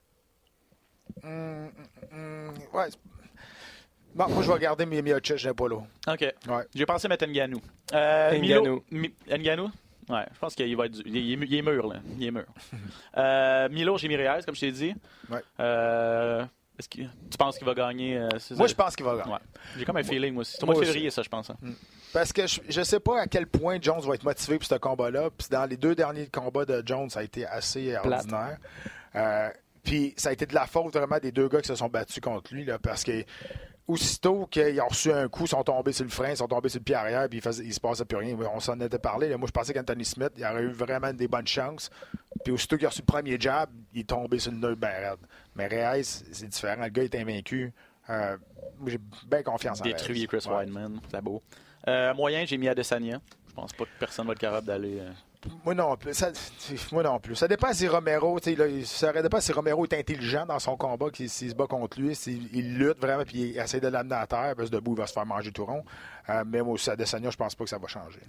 Bon, moi, je vais garder Miocic, je n'ai pas là. OK. Ouais. J'ai pensé mettre Ngannou. Ngannou? Ouais, je pense qu'il va être... Il est mûr, là. Il est mûr. Milo, j'ai mis Reyes, comme je t'ai dit. Ouais. Est-ce que tu penses qu'il va gagner? Moi, je pense qu'il va gagner. Ouais. J'ai comme un feeling, moi aussi. C'est au mois de février, ça, je pense. Hein. Parce que je ne sais pas à quel point Jones va être motivé pour ce combat-là. Puis dans les 2 derniers combats de Jones, ça a été assez ordinaire. Puis ça a été de la faute vraiment des 2 gars qui se sont battus contre lui, là, parce que aussitôt qu'ils ont reçu un coup, ils sont tombés sur le frein, ils sont tombés sur le pied arrière, puis il se passait plus rien. On s'en était parlé. Là. Moi, je pensais qu'Anthony Smith, il aurait eu vraiment des bonnes chances. Puis aussitôt qu'il a reçu le premier jab, il est tombé sur le nœud bien raide. Mais Reyes, c'est différent. Le gars est invaincu. J'ai bien confiance en Reyes. Détruit Chris Weidman. C'est beau. Moyen, j'ai mis Adesanya. Je pense pas que personne va être capable d'aller... Moi non plus. Ça dépend si Romero, ça dépend si Romero est intelligent dans son combat, s'il se bat contre lui, s'il lutte vraiment puis il essaie de l'amener à terre, parce que debout, il va se faire manger tout rond. Mais moi aussi, à Adesanya, je pense pas que ça va changer.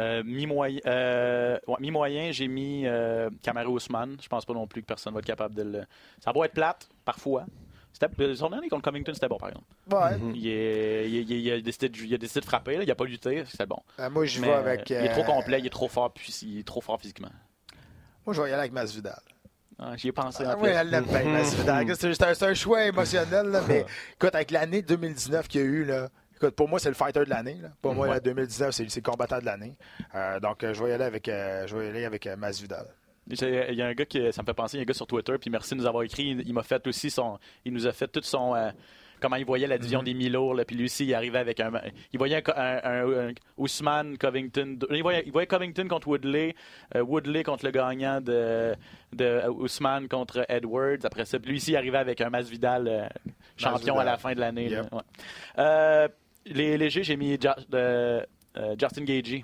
Mi-moyen, j'ai mis Kamaru Usman. Je pense pas non plus que personne va être capable de le... Ça va être plate, parfois. Son dernier contre Covington, c'était bon, par exemple. Ouais. Il a décidé de frapper. Là. Il n'a pas lutté. C'était bon. Moi, je vais avec... Il est trop complet. Il est trop fort, il est trop fort physiquement. Moi, je vais y aller avec Masvidal. J'y ai pensé. Oui, elle l'aime bien, Masvidal. C'est un choix émotionnel. Là, mais écoute, avec l'année 2019 qu'il y a eu, là, écoute, pour moi, c'est le fighter de l'année. Là. Pour moi, 2019, c'est le combattant de l'année. Donc, je vais y aller avec Masvidal. Il y a un gars qui, ça me fait penser, il y a un gars sur Twitter, puis merci de nous avoir écrit. Il m'a fait aussi il nous a fait tout son, comment il voyait la division des mi-lourds, là, puis lui aussi, il arrivait avec il voyait un Usman, Covington, il voyait Covington contre Woodley, Woodley contre le gagnant de Usman contre Edwards. Après ça, lui ici, il arrivait avec un Masvidal champion à la fin de l'année. Yep. Ouais. Les légers, j'ai mis Justin Gaethje.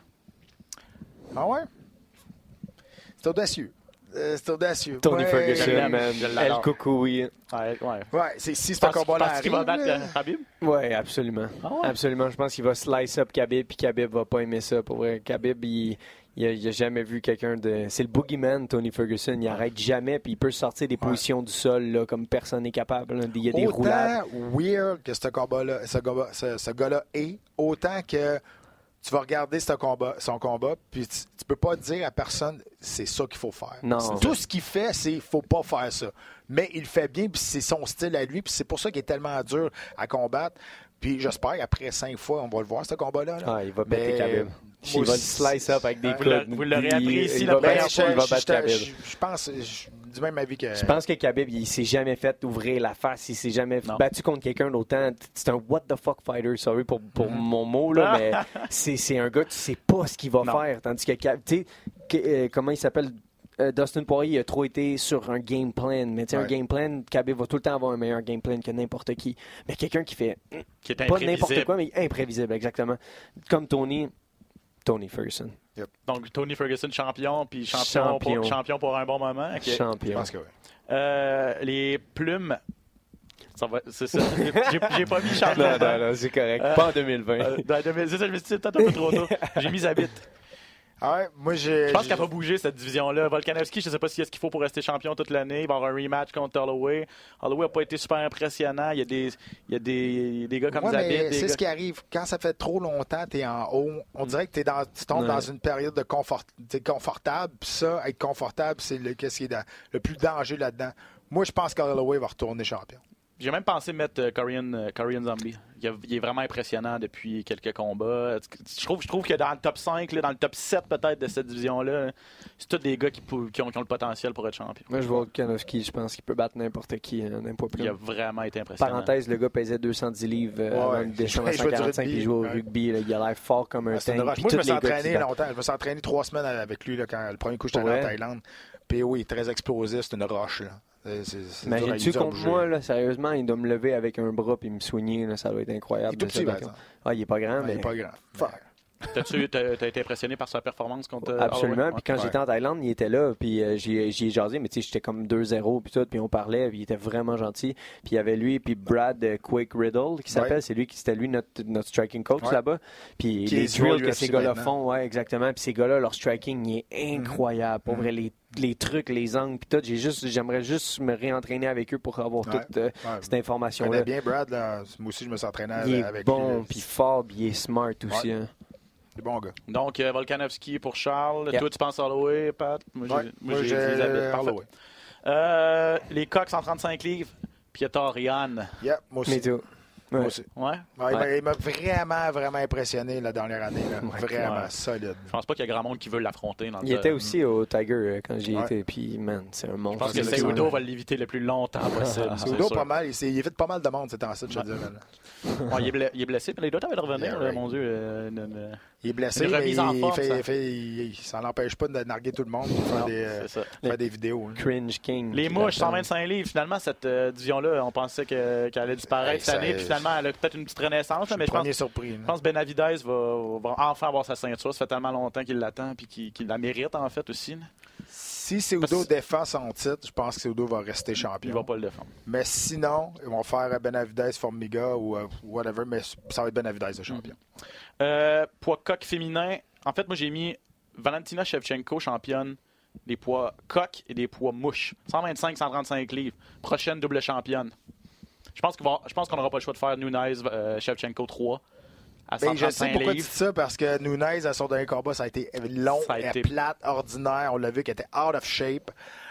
Ah ouais? C'est audacieux. Tony Ferguson, man. El Koukoui. Ouais, c'est un combat-là. Penses-tu qu'il va battre Khabib? Oui, absolument. Ah ouais? Absolument. Je pense qu'il va slice up Khabib, puis Khabib va pas aimer ça. Pour vrai, Khabib, il a jamais vu quelqu'un de... C'est le boogeyman, Tony Ferguson. Il arrête jamais, puis il peut sortir des positions du sol là, comme personne n'est capable. Là. Il y a des roulades. Autant weird que ce gars-là est, autant que... Tu vas regarder son combat, puis tu peux pas dire à personne c'est ça qu'il faut faire. Non. Tout ce qu'il fait, c'est faut pas faire ça. Mais il le fait bien, puis c'est son style à lui, puis c'est pour ça qu'il est tellement dur à combattre. Puis j'espère qu'après 5 fois, on va le voir, ce combat-là. Là. Il va péter Khabib. Il va le slice up avec des coups. Vous l'aurez appris ici la première fois, il va battre Khabib. Je pense, du même avis que... Je pense que Khabib, il s'est jamais fait ouvrir la face, il s'est jamais battu contre quelqu'un d'autant. C'est un what the fuck fighter, sorry pour mon mot, là, mais c'est un gars, tu sais pas ce qu'il va faire. Tandis que, comment il s'appelle? Dustin Poirier a trop été sur un game plan. Mais tu sais, un game plan, Khabib va tout le temps avoir un meilleur game plan que n'importe qui. Mais quelqu'un qui fait Qui est pas n'importe imprévisible. quoi, mais imprévisible, exactement. Comme Tony Ferguson. Donc, Tony Ferguson, champion, puis champion pour un bon moment. Ok. Je Champion. pense que oui. Les plumes. C'est ça. J'ai pas mis champion. Non, c'est correct. Pas en 2020. C'est ça, je me suis dit, peut-être un peu trop tôt. J'ai mis Zabit. Ah ouais, moi, Je pense qu'elle va bouger cette division-là. Volkanovski, je ne sais pas s'il y a ce qu'il faut pour rester champion toute l'année. Il va y avoir un rematch contre Holloway. Holloway n'a pas été super impressionnant. Il y a des gars comme Zabit. Mais c'est ce qui arrive. Quand ça fait trop longtemps, tu es en haut, on dirait que tu tombes dans une période de t'es confortable. Puis ça, être confortable, c'est qu'est-ce qui est le plus danger là-dedans. Moi, je pense qu'Holloway va retourner champion. J'ai même pensé mettre Korean Zombie. Il est vraiment impressionnant depuis quelques combats. Je trouve que dans le top 5, là, dans le top 7 peut-être de cette division-là, c'est tous des gars qui ont le potentiel pour être champion. Moi, je vois Volkanovski, je pense qu'il peut battre n'importe qui, d'un poids plus. Il a vraiment été impressionnant. Parenthèse, le gars pesait 210 livres avant de descendre à 145 puis il joue au rugby. Là, il a l'air fort comme un tank. Moi, je me suis entraîné longtemps. Je me suis entraîné 3 semaines avec lui là, quand le premier coup, j'étais allé en Thaïlande. PO est très explosif, c'est une roche. Là. Imagine-tu contre moi, là, sérieusement, il doit me lever avec un bras et me soigner, là, ça doit être incroyable. Il est tout petit, par exemple. Il est pas grand, mais... Il est pas grand. T'as été impressionné par sa performance contre Absolument. Holloway? Puis quand j'étais en Thaïlande, il était là, puis j'y ai jasé, mais tu sais, j'étais comme 2-0, puis tout, puis on parlait, puis il était vraiment gentil. Puis il y avait lui, puis Brad Quick Riddle, qui s'appelle, c'était lui notre striking coach là-bas. Puis les drills que ces gars-là font, ouais, exactement. Puis ces gars-là, leur striking, il est incroyable. Pour vrai, les trucs, les angles, puis tout. J'aimerais juste me réentraîner avec eux pour avoir toute cette information-là. Je connais bien Brad, là. Moi aussi, je me suis entraîné avec lui. Il est bon, puis fort, puis il est smart aussi. Hein. C'est bon gars. Donc, Volkanovski pour Charles. Yep. Toi, tu penses à Holloway, Pat? Moi, j'ai dit Holloway. Les Coqs 135 livres. Pietorian. Yeah, moi aussi. Mais tout. Moi aussi. Ouais? Il m'a vraiment impressionné la dernière année. Là. Vraiment solide. Je pense pas qu'il y a grand monde qui veut l'affronter. Il était aussi au Tiger quand j'y étais. Puis, man, c'est un monstre. Je pense que Cejudo va l'éviter le plus longtemps possible. Cejudo, pas mal. Il évite pas mal de monde, c'est en ça, je te dirais. Il est blessé, mais il doit revenir, mon Dieu. Il est blessé, mais ça n'empêche pas de narguer tout le monde et faire des vidéos. Cringe King. Les mouches, 125 livres. Finalement, cette division-là, on pensait qu'elle allait disparaître cette année. Puis finalement, elle a peut-être une petite renaissance. Mais je pense que Benavidez va enfin avoir sa ceinture. Ça fait tellement longtemps qu'il l'attend et qu'il la mérite, en fait, aussi. Si Cejudo défend son titre, je pense que Cejudo va rester champion. Il va pas le défendre. Mais sinon, ils vont faire Benavidez, Formiga ou whatever, mais ça va être Benavidez le champion. Poids coq féminin. En fait, moi, j'ai mis Valentina Shevchenko, championne des poids coq et des poids mouches. 125-135 livres. Prochaine double championne. Je pense qu'on n'aura pas le choix de faire Nunes, Shevchenko 3. À 135 je sais pourquoi tu livres. dis ça, parce que Nunes, à son dernier combat, ça a été long, plate, ordinaire. On l'a vu qu'elle était out of shape.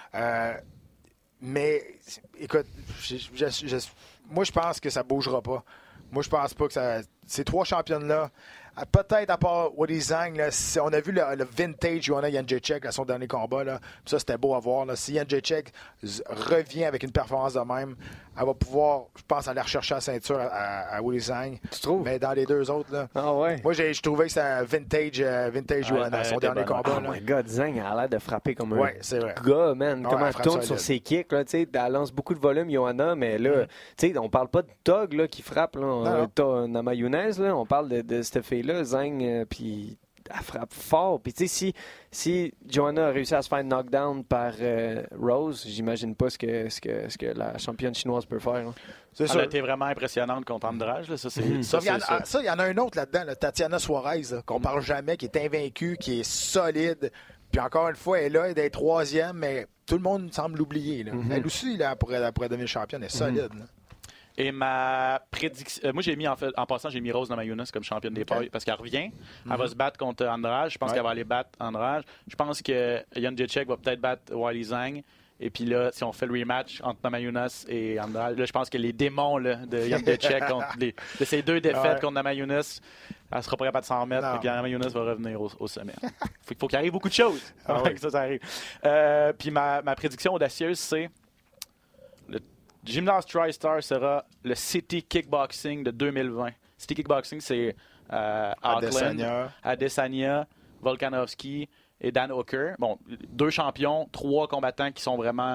Mais, écoute, moi, je pense que ça ne bougera pas. Moi, je pense pas que ça... Ces 3 championnes-là, peut-être à part Weili Zhang, là, on a vu le vintage Joanna Jędrzejczyk à son dernier combat. Là, ça, c'était beau à voir. Là. Si Jędrzejczyk revient avec une performance de même, elle va pouvoir, je pense, aller rechercher la ceinture à Weili Zhang. Tu trouves? Mais dans les 2 autres, là. Ah ouais? Moi, je trouvais que c'était un vintage Joanna, son dernier combat. Oh my God, Zhang a l'air de frapper comme un gars, man. Comment elle tourne sur ses kicks, là, tu sais, elle lance beaucoup de volume, Joanna, mais là, tu sais, on parle pas de Tog, là, qui frappe, là. Namajunas, là, on parle de cette fille-là, Zhang, puis elle frappe fort. Puis tu sais, si Joanna a réussi à se faire knockdown par Rose, j'imagine pas ce que la championne chinoise peut faire. Hein. Elle a été vraiment impressionnante contre Andrade. Là. Il y en a un autre là-dedans, là, Tatiana Suarez, là, qu'on parle jamais, qui est invaincue, qui est solide. Puis encore une fois, elle est là, elle est 3e, mais tout le monde semble l'oublier. Elle aussi, là, elle pourrait devenir championne, elle est solide. Là. Et ma prédiction... moi, j'ai mis, en passant, j'ai mis Rose Namajunas comme championne des poids parce qu'elle revient. Elle va se battre contre Andrade. Je pense qu'elle va aller battre Andrade. Je pense que Jędrzejczyk va peut-être battre Weili Zhang. Et puis là, si on fait le rematch entre Namajunas et Andrade, là, je pense que les démons là, de Jędrzejczyk de ces 2 défaites contre Namajunas, elle sera pas capable de s'en remettre. Et puis Namajunas va revenir au sommet. Il faut qu'il arrive beaucoup de choses avant que ça arrive. Puis ma prédiction audacieuse, c'est... Gymnase TriStar sera le City Kickboxing de 2020. City Kickboxing, c'est Auckland, Adesanya, Volkanovski et Dan Hooker. Bon, 2 champions, 3 combattants qui sont vraiment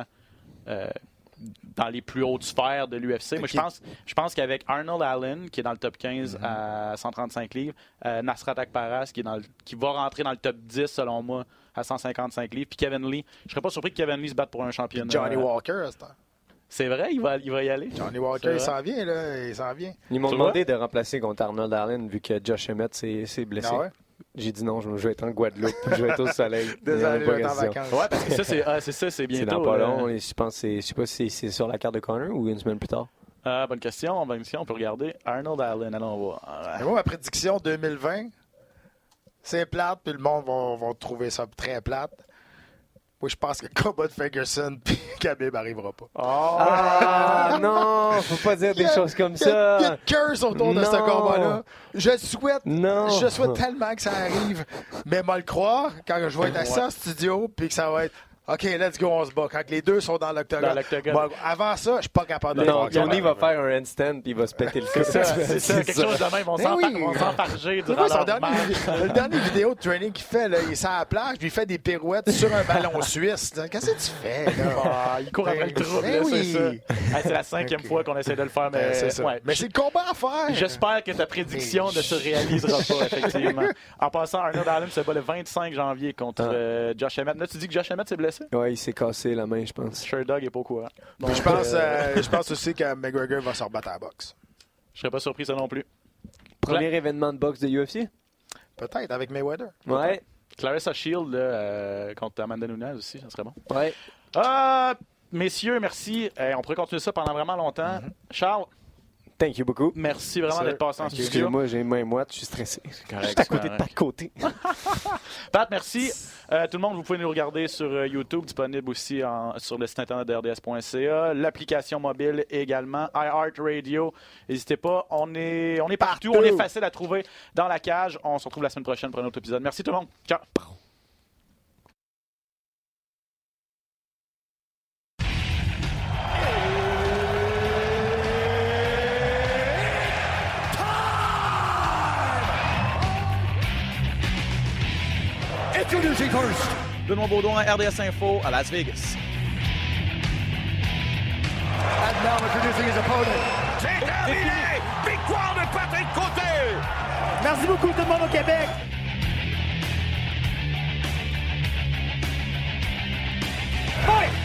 dans les plus hautes sphères de l'UFC. Moi, je pense qu'avec Arnold Allen, qui est dans le top 15 à 135 livres, Nasrat Akparas, qui va rentrer dans le top 10, selon moi, à 155 livres, puis Kevin Lee. Je serais pas surpris que Kevin Lee se batte pour un championnat. Johnny Walker, à ce temps. C'est vrai, il va y aller. Johnny Walker, il s'en vient, là. Il s'en vient. Ils m'ont demandé de remplacer contre Arnold Allen vu que Josh Emmett s'est blessé. Ah ouais? J'ai dit non, je vais être en Guadeloupe, je vais être au soleil. Désolé, je vais être en question. vacances. Ouais, parce que c'est bientôt. C'est dans pas long. Et je sais pas si c'est sur la carte de Conor ou une semaine plus tard. Bonne question, on peut regarder. Arnold Allen, allons voir. Mais moi, ma prédiction 2020, c'est plate, puis le monde va trouver ça très plate. Moi, je pense que le combat de Ferguson puis Khabib n'arrivera pas. Ah non, faut pas dire des choses comme ça. Il y a de curse autour de ce combat-là. Je souhaite tellement que ça arrive. Mais moi le croire, quand je vais être assis en studio, puis que ça va être OK, let's go, on se bat. Quand les deux sont dans l'octogone. Bon, avant ça, je suis pas capable de le voir. Tony va faire un handstand puis il va se péter le cul. C'est ça, quelque chose de même. On s'enfarger durant le dernier vidéo de training qu'il fait, là, il est sur la plage puis il fait des pirouettes sur un ballon suisse. Qu'est-ce que tu fais, là? Il court après le trouble, c'est ça. C'est la 5e fois qu'on essaie de le faire, mais c'est ça. Ouais. Mais c'est le combat à faire. J'espère que ta prédiction ne se réalisera pas, effectivement. En passant, Arnold Allen se bat le 25 janvier contre Josh Emmett. Là, tu dis que Josh Emmett s'est blessé? Ouais, il s'est cassé la main, je pense. Sherdog est pas au courant. Donc, je pense aussi que McGregor va se rebattre à la boxe. Je serais pas surpris ça non plus. Premier événement de boxe de UFC? Peut-être, avec Mayweather. Ouais. Clarissa Shield là, contre Amanda Nunes aussi, ça serait bon. Ouais. Messieurs, merci. On pourrait continuer ça pendant vraiment longtemps. Charles, thank you beaucoup. Merci vraiment d'être passé en studio. Moi, j'ai une main moite, je suis stressé. Je suis à côté de ta côté. Pat, merci. Tout le monde, vous pouvez nous regarder sur YouTube, disponible aussi sur le site internet de RDS.ca. L'application mobile également, iHeartRadio. N'hésitez pas, on est partout. On est facile à trouver dans la cage. On se retrouve la semaine prochaine pour un autre épisode. Merci tout le monde. Ciao. Introducing first, Benoît Baudouin, RDS Info à Las Vegas. And now introducing his opponent. C'est terminé! Victoire de Patrick Côté! Merci beaucoup tout le monde au Québec. Fight!